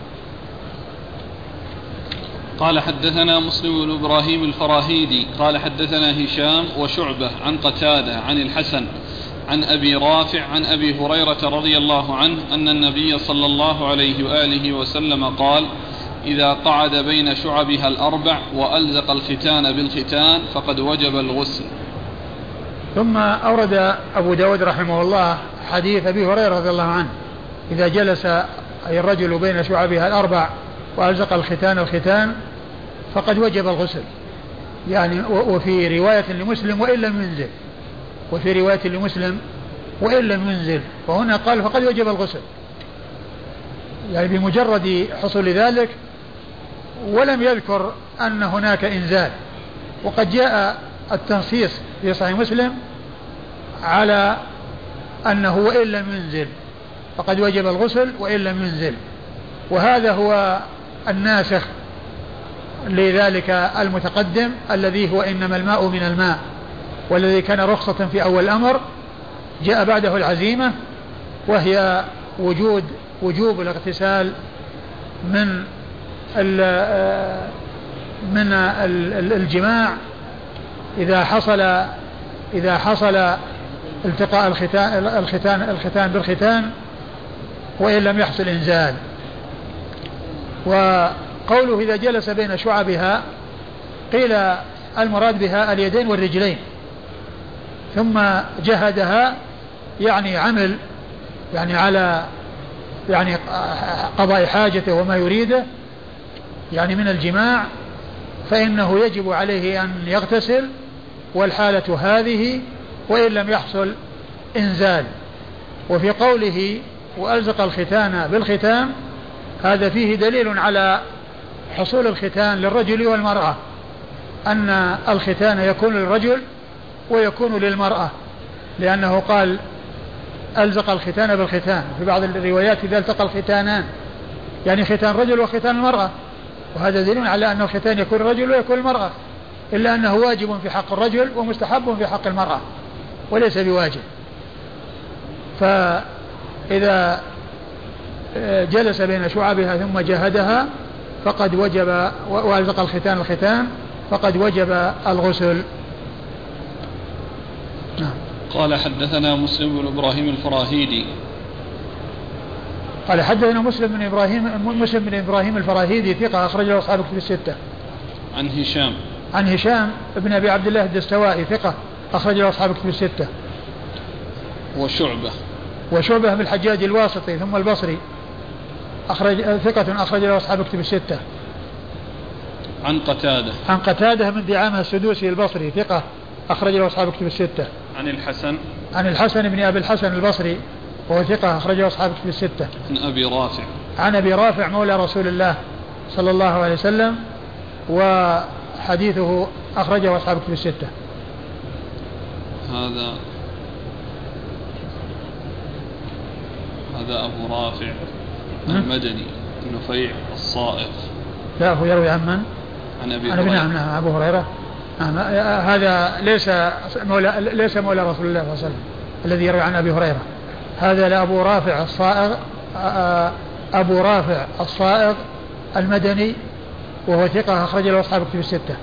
قال حدثنا مسلم بن إبراهيم الفراهيدي قال حدثنا هشام وشعبة عن قتادة عن الحسن عن أبي رافع عن أبي هريرة رضي الله عنه أن النبي صلى الله عليه وآله وسلم قال: إذا قعد بين شعبها الأربع وألزق الختان بالختان فقد وجب الغسل. ثم أورد أبو داود رحمه الله حديث أبي هريرة رضي الله عنه: إذا جلس أي الرجل بين شعبها الأربع وألزق الختان فقد وجب الغسل. يعني وفي رواية لمسلم وإن لم ينزل، وفي رواية لمسلم وإن لم ينزل، وهنا قال فقد وجب الغسل، يعني بمجرد حصول ذلك، ولم يذكر أن هناك إنزال. وقد جاء التنصيص في صحيح مسلم على أنه وإن لم ينزل فقد وجب الغسل وإن لم ينزل، وهذا هو الناسخ لذلك المتقدم الذي هو إنما الماء من الماء، والذي كان رخصة في أول الأمر جاء بعده العزيمة، وهي وجوب الاغتسال من الجماع إذا حصل التقاء الختان بالختان وإن لم يحصل إنزال. وقوله إذا جلس بين شعبها قيل المراد بها اليدين والرجلين، ثم جهدها يعني عمل يعني على يعني قضاء حاجته وما يريده يعني من الجماع، فإنه يجب عليه أن يغتسل والحالة هذه وإن لم يحصل إنزال. وفي قوله وألزق الختان بالختان هذا فيه دليل على حصول الختان للرجل والمرأة، أن الختان يكون للرجل ويكون للمرأة، لأنه قال ألزق الختان بالختان. في بعض الروايات إذا التقى الختانان يعني ختان رجل وختان المرأة، وهذا دليل على أن الختان يكون الرجل ويكون المرأة، إلا أنه واجب في حق الرجل ومستحب في حق المرأة وليس بواجب. فإذا جلس بين شعبها ثم جهدها فقد وجب، وألزق الختان فقد وجب الغسل. قال حدثنا مسلم بن إبراهيم الفراهيدي قال حدثنا مسلم بن إبراهيم الفراهيدي ثقة أخرج له أصحاب الكتب الستة. عن هشام بن أبي عبد الله الدستوائي ثقة أخرج له أصحاب الكتب الستة. وشعبة بن الحجاج الواسطي ثم البصري ثقة أخرج له أصحاب الكتب الستة. عن قتادة من دعامة السدوسي البصري ثقة أخرج له أصحاب الكتب الستة. عن الحسن بن أبي الحسن البصري وهو ثقة أخرج له أصحاب الكتب الستة. عن أبي رافع مولى رسول الله صلى الله عليه وسلم، وحديثه أخرجه أصحاب الكتب الستة. هذا أبو رافع المدني نفيع الصائغ. لا هو يروي عن من؟ عن أبي هريرة. نعم أبو هريرة. هذا ليس مولى رسول الله صلى الله عليه وسلم الذي يروي عن أبي هريرة. هذا لأبو رافع الصائغ، أبو رافع الصائغ المدني وهو ثقة أخرج له أصحاب الكتب الستة.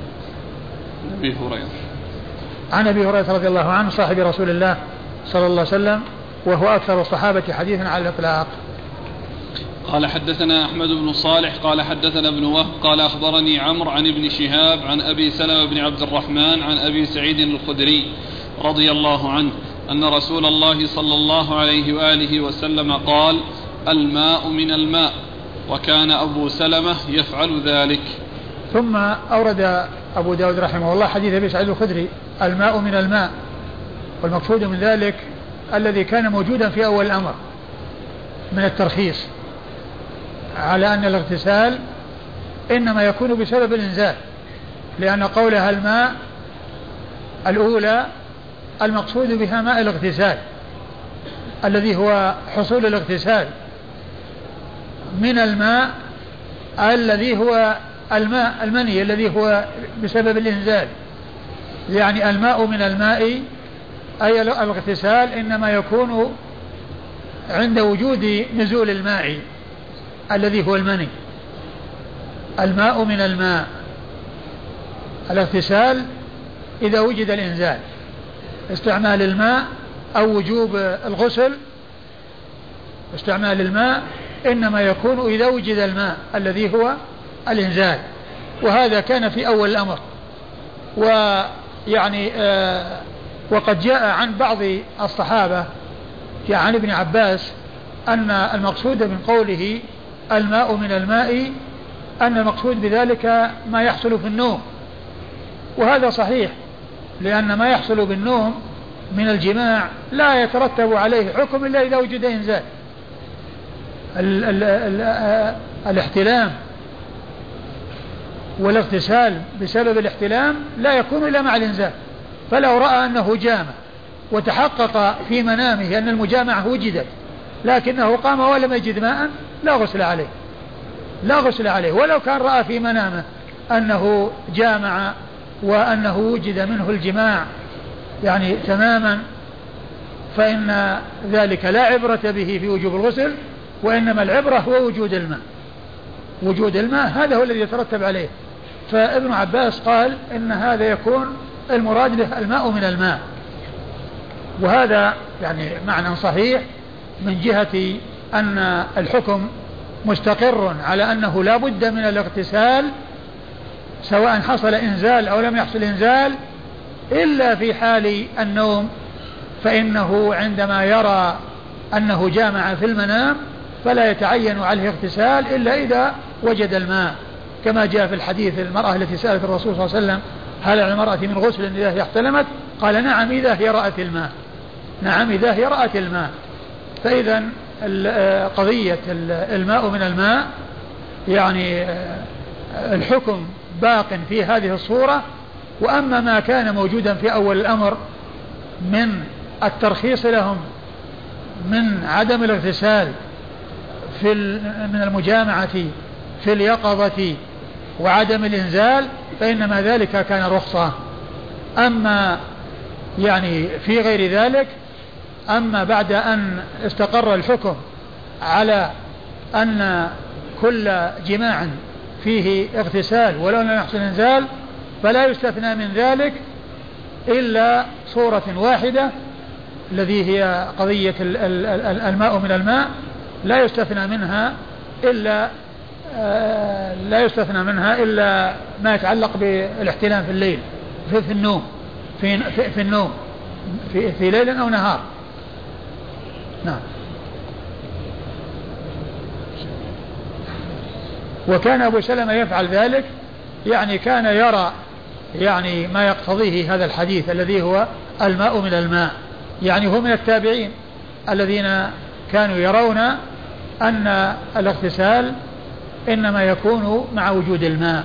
عن أبي هريرة رضي الله عنه صاحب رسول الله صلى الله عليه وسلم، وهو أكثر الصحابة حديثا على الإطلاق. قال حدثنا أحمد بن صالح قال حدثنا ابن وهب قال أخبرني عمرو عن ابن شهاب عن أبي سلمة بن عبد الرحمن عن أبي سعيد الخدري رضي الله عنه أن رسول الله صلى الله عليه وآله وسلم قال: الماء من الماء، وكان أبو سلمة يفعل ذلك. ثم أورد أبو داود رحمه الله حديث أبي سعيد الخدري الماء من الماء، والمقصود من ذلك الذي كان موجودا في أول الأمر من الترخيص على أن الاغتسال إنما يكون بسبب الإنزال، لأن قولها الماء الأولى المقصود بها ماء الاغتسال الذي هو حصول الاغتسال من الماء الذي هو الماء المني الذي هو بسبب الإنزال. يعني الماء من الماء أي الاغتسال إنما يكون عند وجود نزول الماء الذي هو المني. الماء من الماء الاغتسال إذا وجد الإنزال، استعمال الماء أو وجوب الغسل استعمال الماء إنما يكون إذا وجد الماء الذي هو الإنزال، وهذا كان في أول الأمر. ويعني وقد جاء عن بعض الصحابة جاء عن ابن عباس أن المقصود من قوله الماء من الماء أن المقصود بذلك ما يحصل في النوم، وهذا صحيح، لأن ما يحصل بالنوم من الجماع لا يترتب عليه حكم إلا إذا وجد إنزال. الاحتلام والاغتسال بسبب الاحتلام لا يكون إلا مع الإنزال، فلو رأى أنه جامع وتحقق في منامه أن المجامعة وجدت لكنه قام ولم يجد ماء لا غسل عليه، لا غسل عليه، ولو كان رأى في منامه أنه جامع وأنه وجد منه الجماع يعني تماما، فإن ذلك لا عبرة به في وجوب الغسل، وإنما العبرة هو وجود الماء. وجود الماء هذا هو الذي يترتب عليه. فابن عباس قال إن هذا يكون المراد به الماء من الماء، وهذا يعني معنى صحيح من جهة أن الحكم مستقر على أنه لا بد من الاغتسال سواء حصل إنزال أو لم يحصل إنزال، إلا في حال النوم، فإنه عندما يرى أنه جامع في المنام فلا يتعين عليه اغتسال إلا إذا وجد الماء، كما جاء في الحديث المرأة التي سألت الرسول صلى الله عليه وسلم هل على المرأة من غسل إذا هي احتلمت؟ قال نعم إذا هي رأت الماء، نعم إذا هي رأت الماء. فإذا قضية الماء من الماء يعني الحكم باق في هذه الصورة. وأما ما كان موجودا في أول الأمر من الترخيص لهم من عدم الاغتسال من المجامعة في اليقظة وعدم الإنزال فإنما ذلك كان رخصة. أما يعني في غير ذلك، أما بعد أن استقر الحكم على أن كل جماع فيه اغتسال ولو لم يحصل إنزال فلا يستثنى من ذلك إلا صورة واحدة الذي هي قضية الماء من الماء، لا يستثنى منها إلا ما يتعلق بالاحتلام في الليل في النوم في النوم في ليل أو نهار. نعم. وكان أبو سلمة يفعل ذلك، يعني كان يرى يعني ما يقتضيه هذا الحديث الذي هو الماء من الماء، يعني هو من التابعين الذين كانوا يرون أن الاغتسال إنما يكون مع وجود الماء.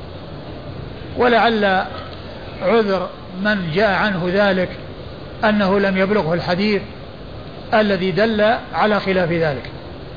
ولعل عذر من جاء عنه ذلك أنه لم يبلغه الحديث الذي دل على خلاف ذلك.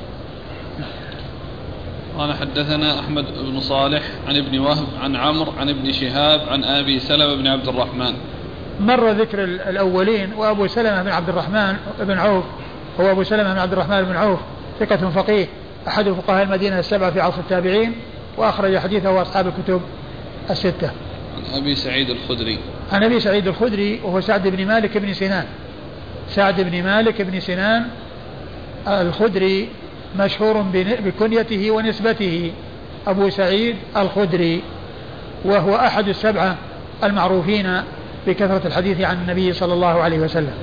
قال حدثنا أحمد بن صالح عن ابن وهب عن عمرو عن ابن شهاب عن أبي سلمة بن عبد الرحمن. مر ذكر الأولين. وأبو سلمة بن عبد الرحمن بن عوف هو أبو سلمة بن عبد الرحمن بن عوف ثقة فقيه أحد فقهاء المدينة السبعة في عصر التابعين، وأخرج حديثه أصحاب الكتب الستة. عن أبي سعيد الخدري. عن أبي سعيد الخدري وهو سعد بن مالك بن سنان. سعد بن مالك بن سنان الخدري مشهور بكنيته ونسبته أبو سعيد الخدري، وهو أحد السبعة المعروفين بكثرة الحديث عن النبي صلى الله عليه وسلم.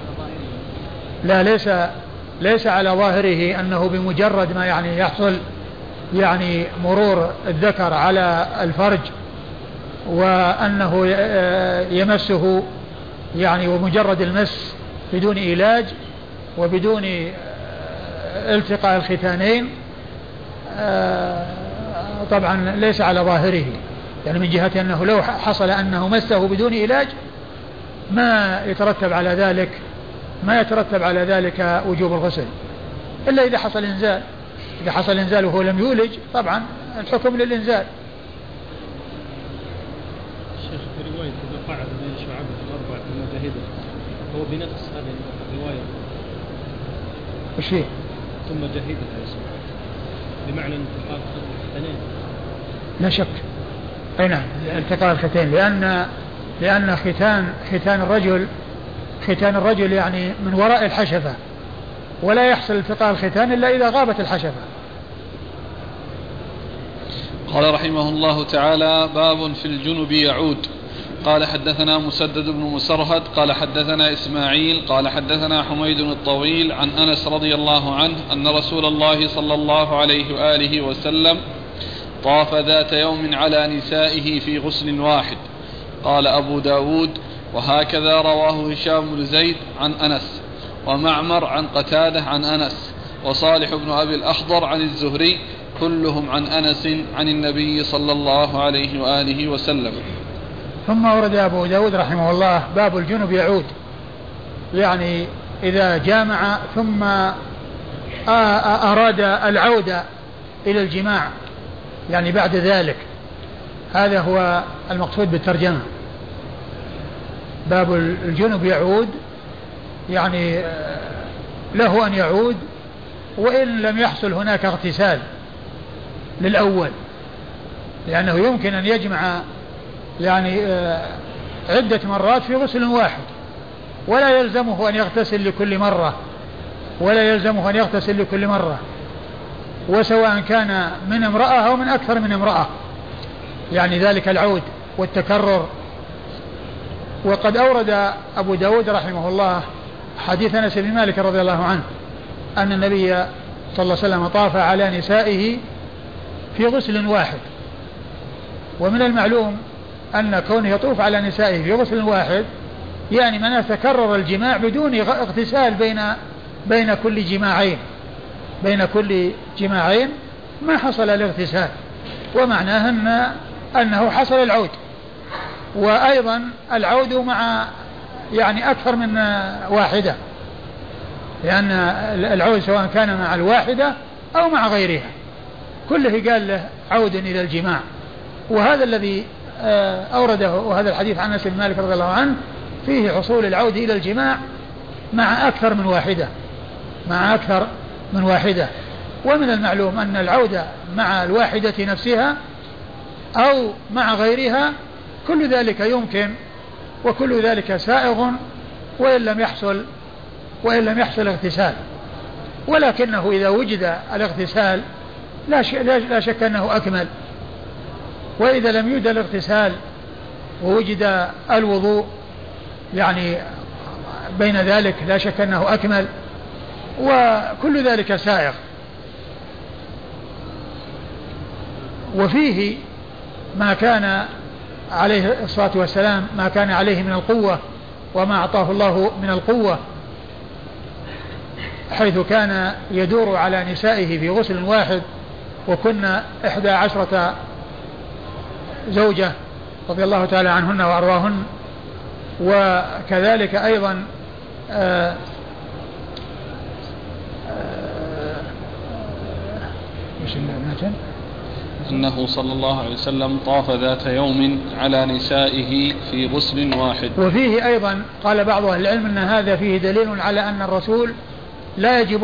لا، ليس على ظاهره أنه بمجرد ما يعني يحصل يعني مرور الذكر على الفرج وأنه يمسه يعني ومجرد المس بدون علاج وبدون التقاء الختانين طبعا ليس على ظاهره، يعني من جهة أنه لو حصل أنه مسه بدون علاج ما يترتب على ذلك وجوب الغسل إلا إذا حصل إنزال. إذا حصل إنزال وهو لم يولج طبعا الحكم للإنزال. الشيخ في رواية إذا قعد بين شعبه الأربع المجاهدة هو بنفس هذه الرواية وش فيه؟ ثم جاهدها بمعنى انتقال الختانين لا شك. أي نعم التقاء الختان لأن ختان الرجل يعني من وراء الحشفة ولا يحصل التقاء الختان إلا إذا غابت الحشفة. قال رحمه الله تعالى باب في الجنب يعود. قال حدثنا مسدد بن مسرهد قال حدثنا إسماعيل قال حدثنا حميد الطويل عن أنس رضي الله عنه أن رسول الله صلى الله عليه وآله وسلم طاف ذات يوم على نسائه في غسل واحد. قال أبو داود وهكذا رواه هشام بن زيد عن أنس ومعمر عن قتادة عن أنس وصالح بن أبي الأخضر عن الزهري كلهم عن أنس عن النبي صلى الله عليه وآله وسلم. ثم ورد أبو داود رحمه الله باب الجنب يعود، يعني إذا جامع ثم أراد العودة إلى الجماع يعني بعد ذلك، هذا هو المقصود بالترجمة. باب الجنب يعود يعني له أن يعود وإن لم يحصل هناك اغتسال للأول، لأنه يمكن أن يجمع يعني عدة مرات في غسل واحد ولا يلزمه أن يغتسل لكل مرة وسواء كان من امرأة أو من أكثر من امرأة، يعني ذلك العود والتكرر. وقد أورد أبو داود رحمه الله حديث أنس بن مالك رضي الله عنه أن النبي صلى الله عليه وسلم طاف على نسائه في غسل واحد. ومن المعلوم أن كونه يطوف على نسائه في غسل واحد يعني من تكرر الجماع بدون اغتسال بين كل جماعين ما حصل الاغتسال، ومعناه أنه حصل العود. وأيضا العود مع يعني أكثر من واحدة، لأن العود سواء كان مع الواحدة أو مع غيرها كله قال له عود إلى الجماع. وهذا الذي أورده وهذا الحديث عن أنس بن مالك رضي الله عنه فيه حصول العود إلى الجماع مع أكثر من واحدة. ومن المعلوم أن العودة مع الواحدة نفسها أو مع غيرها كل ذلك يمكن وكل ذلك سائغ وإن لم يحصل اغتسال، ولكنه إذا وجد الاغتسال لا شك أنه أكمل، وإذا لم يوجد الاغتسال ووجد الوضوء يعني بين ذلك لا شك أنه أكمل، وكل ذلك سائغ. وفيه ما كان عليه الصلاة والسلام ما كان عليه من القوة وما أعطاه الله من القوة، حيث كان يدور على نسائه في غسل واحد وكنا 11 زوجة رضي الله تعالى عنهن وأرواهن. وكذلك أيضا أنه صلى الله عليه وسلم طاف ذات يوم على نسائه في غسل واحد. وفيه أيضا قال بعض أهل العلم أن هذا فيه دليل على أن الرسول لا يجب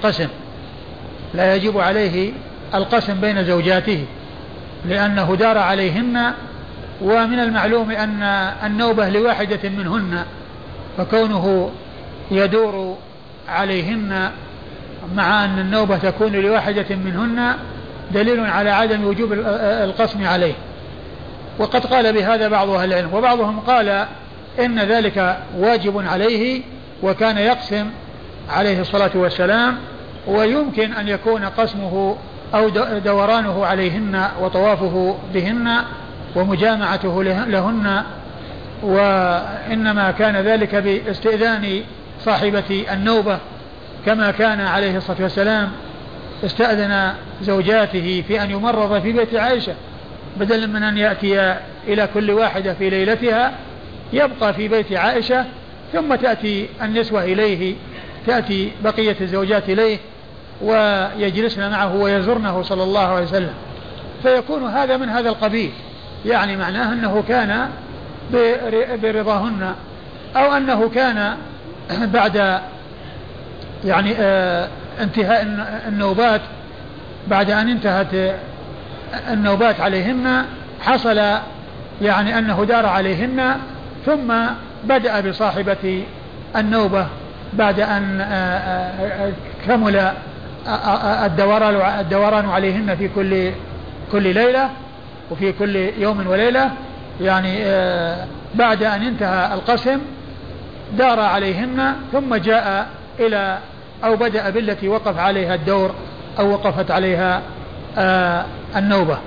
عليه القسم بين زوجاته، لأنه دار عليهن، ومن المعلوم أن النوبة لواحدة منهن، فكونه يدور عليهن مع أن النوبة تكون لواحدة منهن دليل على عدم وجوب القسم عليه. وقد قال بهذا بعض أهل العلم، وبعضهم قال إن ذلك واجب عليه وكان يقسم عليه الصلاة والسلام، ويمكن أن يكون قسمه أو دورانه عليهن وطوافه بهن ومجامعته لهن، وإنما كان ذلك باستئذان صاحبة النوبة، كما كان عليه الصلاة والسلام استأذن زوجاته في أن يمرض في بيت عائشة، بدلا من أن يأتي إلى كل واحدة في ليلتها، يبقى في بيت عائشة ثم تأتي النسوة إليه، تأتي بقية الزوجات إليه ويجلسن معه ويزرنه صلى الله عليه وسلم، فيكون هذا من هذا القبيل، يعني معناه أنه كان برضاهن، أو أنه كان بعد يعني انتهاء النوبات، بعد أن انتهت النوبات عليهن حصل يعني أنه دار عليهن، ثم بدأ بصاحبة النوبة بعد أن كمل الدوران عليهن في كل ليلة وفي كل يوم وليلة، يعني بعد أن انتهى القسم دار عليهن، ثم جاء إلى أو بدأ بالتي وقف عليها الدور أو وقفت عليها النوبة.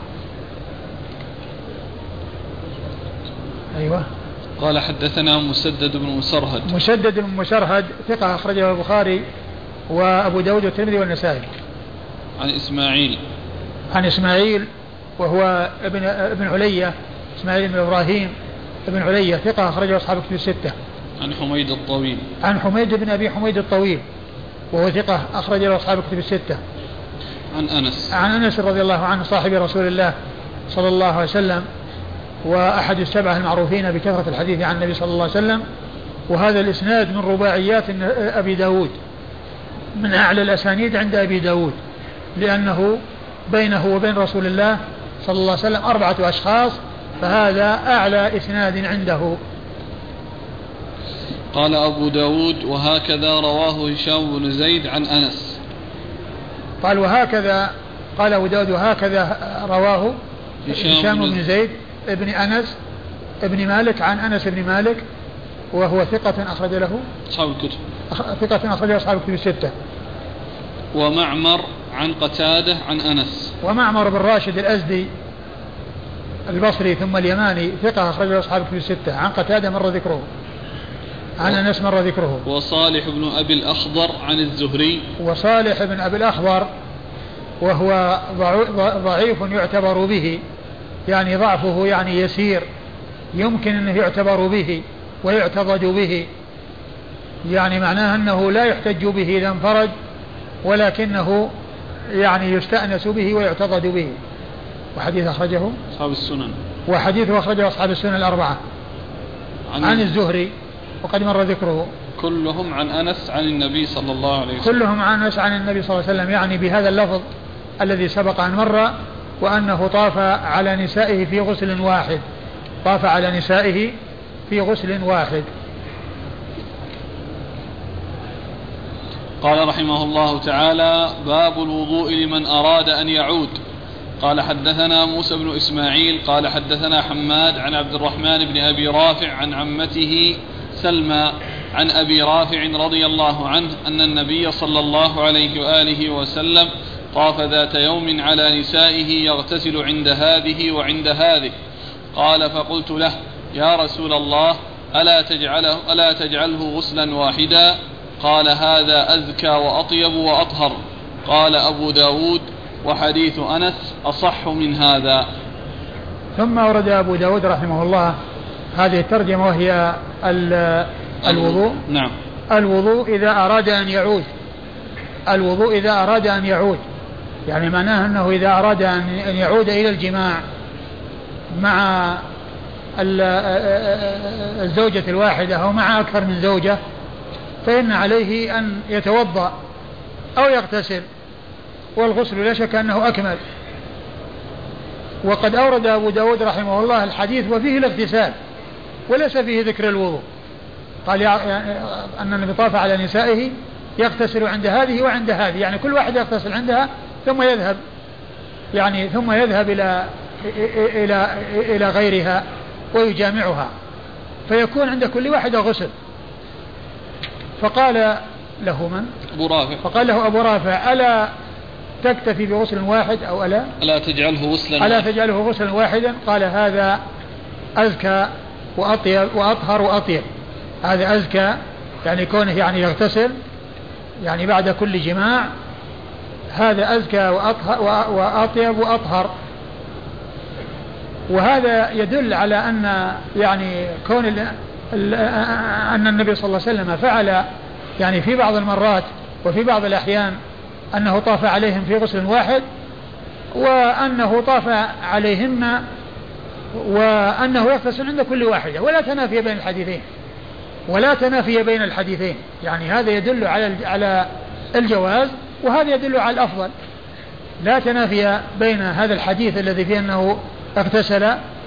أيوة. قال حدثنا مسدد بن مسرهد ثقة أخرجه البخاري وأبو داود والترمذي والنسائي. عن إسماعيل وهو ابن علية، إسماعيل بن إبراهيم ابن علية ثقة أخرجه أصحاب الكتب الستة. عن حميد بن أبي حميد الطويل وهو ثقة أخرجه أصحاب الكتب الستة. عن أنس رضي الله عنه صاحب رسول الله صلى الله عليه وسلم، وأحد السبعة المعروفين بكثرة الحديث عن النبي صلى الله عليه وسلم، وهذا الإسناد من رباعيات أبي داود، من أعلى الأسانيد عند أبي داود، لأنه بينه وبين رسول الله صلى الله عليه وسلم 4 أشخاص، فهذا أعلى إسناد عنده. قال أبو داود وهكذا رواه هشام بن زيد عن أنس. قال أبو داود وهكذا رواه هشام بن زيد ابن أنس ابن مالك عن أنس بن مالك، وهو ثقة أخرج له أصحاب الكتب الستة. ومعمر عن قتادة عن أنس. ومعمر بن راشد الأزدي البصري ثم اليماني ثقة أخرج له أصحاب الكتب الستة. عن قتادة مر ذكره، عن أنس مر ذكره. وصالح بن أبي الأخضر عن الزهري. وصالح بن أبي الأخضر وهو ضعيف يعتبر به، يعني ضعفه يعني يسير، يمكن أنه يعتبر به ويعتضد به، يعني معناه أنه لا يحتج به إذا انفرد، ولكنه يعني يستأنس به ويعتضد به. وحديث أخرجه أصحاب السنن. وحديثه أخرجه أصحاب السنن الأربعة. عن الزهري وقد مر ذكره. كلهم عن أنس عن النبي صلى الله عليه وسلم. كلهم عن أنس عن النبي صلى الله عليه وسلم، يعني بهذا اللفظ الذي سبق أن مر، وأنه طاف على نسائه في غسل واحد. طاف على نسائه في غسل واحد. قال رحمه الله تعالى: باب الوضوء لمن أراد أن يعود. قال حدثنا موسى بن إسماعيل قال حدثنا حماد عن عبد الرحمن بن أبي رافع عن عمته سلمى عن أبي رافع رضي الله عنه أن النبي صلى الله عليه وآله وسلم طاف ذات يوم على نسائه يغتسل عند هذه وعند هذه. قال: فقلت له: يا رسول الله، ألا تجعله غسلا واحدا؟ قال: هذا أزكى وأطيب وأطهر. قال أبو داود: وحديث أنس أصح من هذا. ثم ورد أبو داود رحمه الله هذه الترجمة، وهي الوضوء. نعم. الوضوء إذا أراد أن يعود. الوضوء إذا أراد أن يعود، يعني معناه أنه إذا أراد أن يعود إلى الجماع مع الزوجة الواحدة أو مع أكثر من زوجة، فإن عليه أن يتوضأ أو يغتسل، والغسل لا شك أنه أكمل. وقد أورد أبو داود رحمه الله الحديث وفيه الاغتسال وليس فيه ذكر الوضوء. قال أن النبي طاف على نسائه يغتسل عند هذه وعند هذه، يعني كل واحد يغتسل عندها ثم يذهب إلى غيرها ويجامعها، فيكون عند كل واحد غسل. فقال له من؟ أبو رافع. فقال له أبو رافع: ألا تكتفي بغسل واحد أو ألا تجعله غسلا ألا تجعله غسلا واحدا؟ قال هذا أزكى وأطيب وأطهر وأطيب. هذا أزكى يعني كونه يعني يغتسل يعني بعد كل جماع، هذا أزكى وأطيب وأطهر. وهذا يدل على أن يعني كون أن النبي صلى الله عليه وسلم فعل يعني في بعض المرات وفي بعض الأحيان أنه طاف عليهم في غسل واحد، وأنه طاف عليهن وأنه يغتسل عند كل واحدة، ولا تنافي بين الحديثين. يعني هذا يدل على الجواز، وهذا يدل على الأفضل. لا تنافي بين هذا الحديث الذي فيه أنه اغتسل،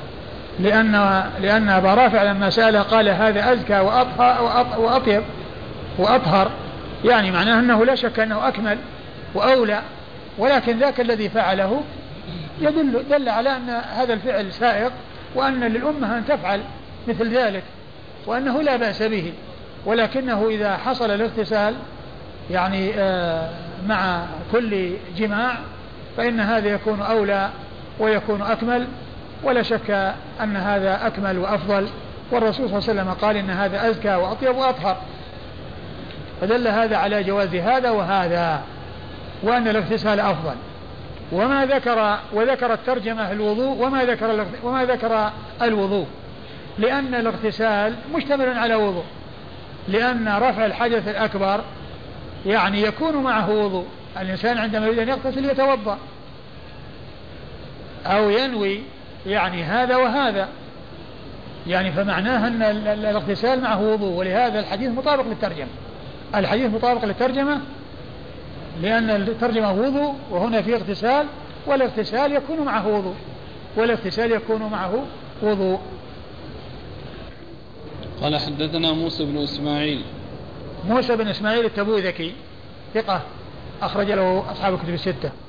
لأن أبا رافع لما سأله قال هذا أزكى وأطيب وأطهر، يعني معناه أنه لا شك أنه أكمل وأولى، ولكن ذاك الذي فعله دل على أن هذا الفعل سائق، وأن للأمة أن تفعل مثل ذلك، وأنه لا بأس به. ولكنه إذا حصل الاغتسال يعني مع كل جماع فإن هذا يكون أولى ويكون أكمل، ولا شك أن هذا أكمل وأفضل. والرسول صلى الله عليه وسلم قال إن هذا أزكى وأطيب وأطهر، فدل هذا على جواز هذا وهذا، وأن الاغتسال أفضل. وذكر الترجمة الوضوء وما ذكر الوضوء، لأن الاغتسال مشتمل على وضوء، لأن رفع الحدث الأكبر يعني يكون معه وضوء. الإنسان عندما يريد أن يغتسل يتوضأ أو ينوي يعني هذا وهذا، يعني فمعناه أن الاغتسال معه وضوء. ولهذا الحديث مطابق للترجمة، لأن الترجمة وضوء وهنا في اغتسال، والاغتسال يكون معه وضوء. قال حدثنا موسى بن إسماعيل التبوذكي ثقة أخرج له أصحاب الكتب الستة.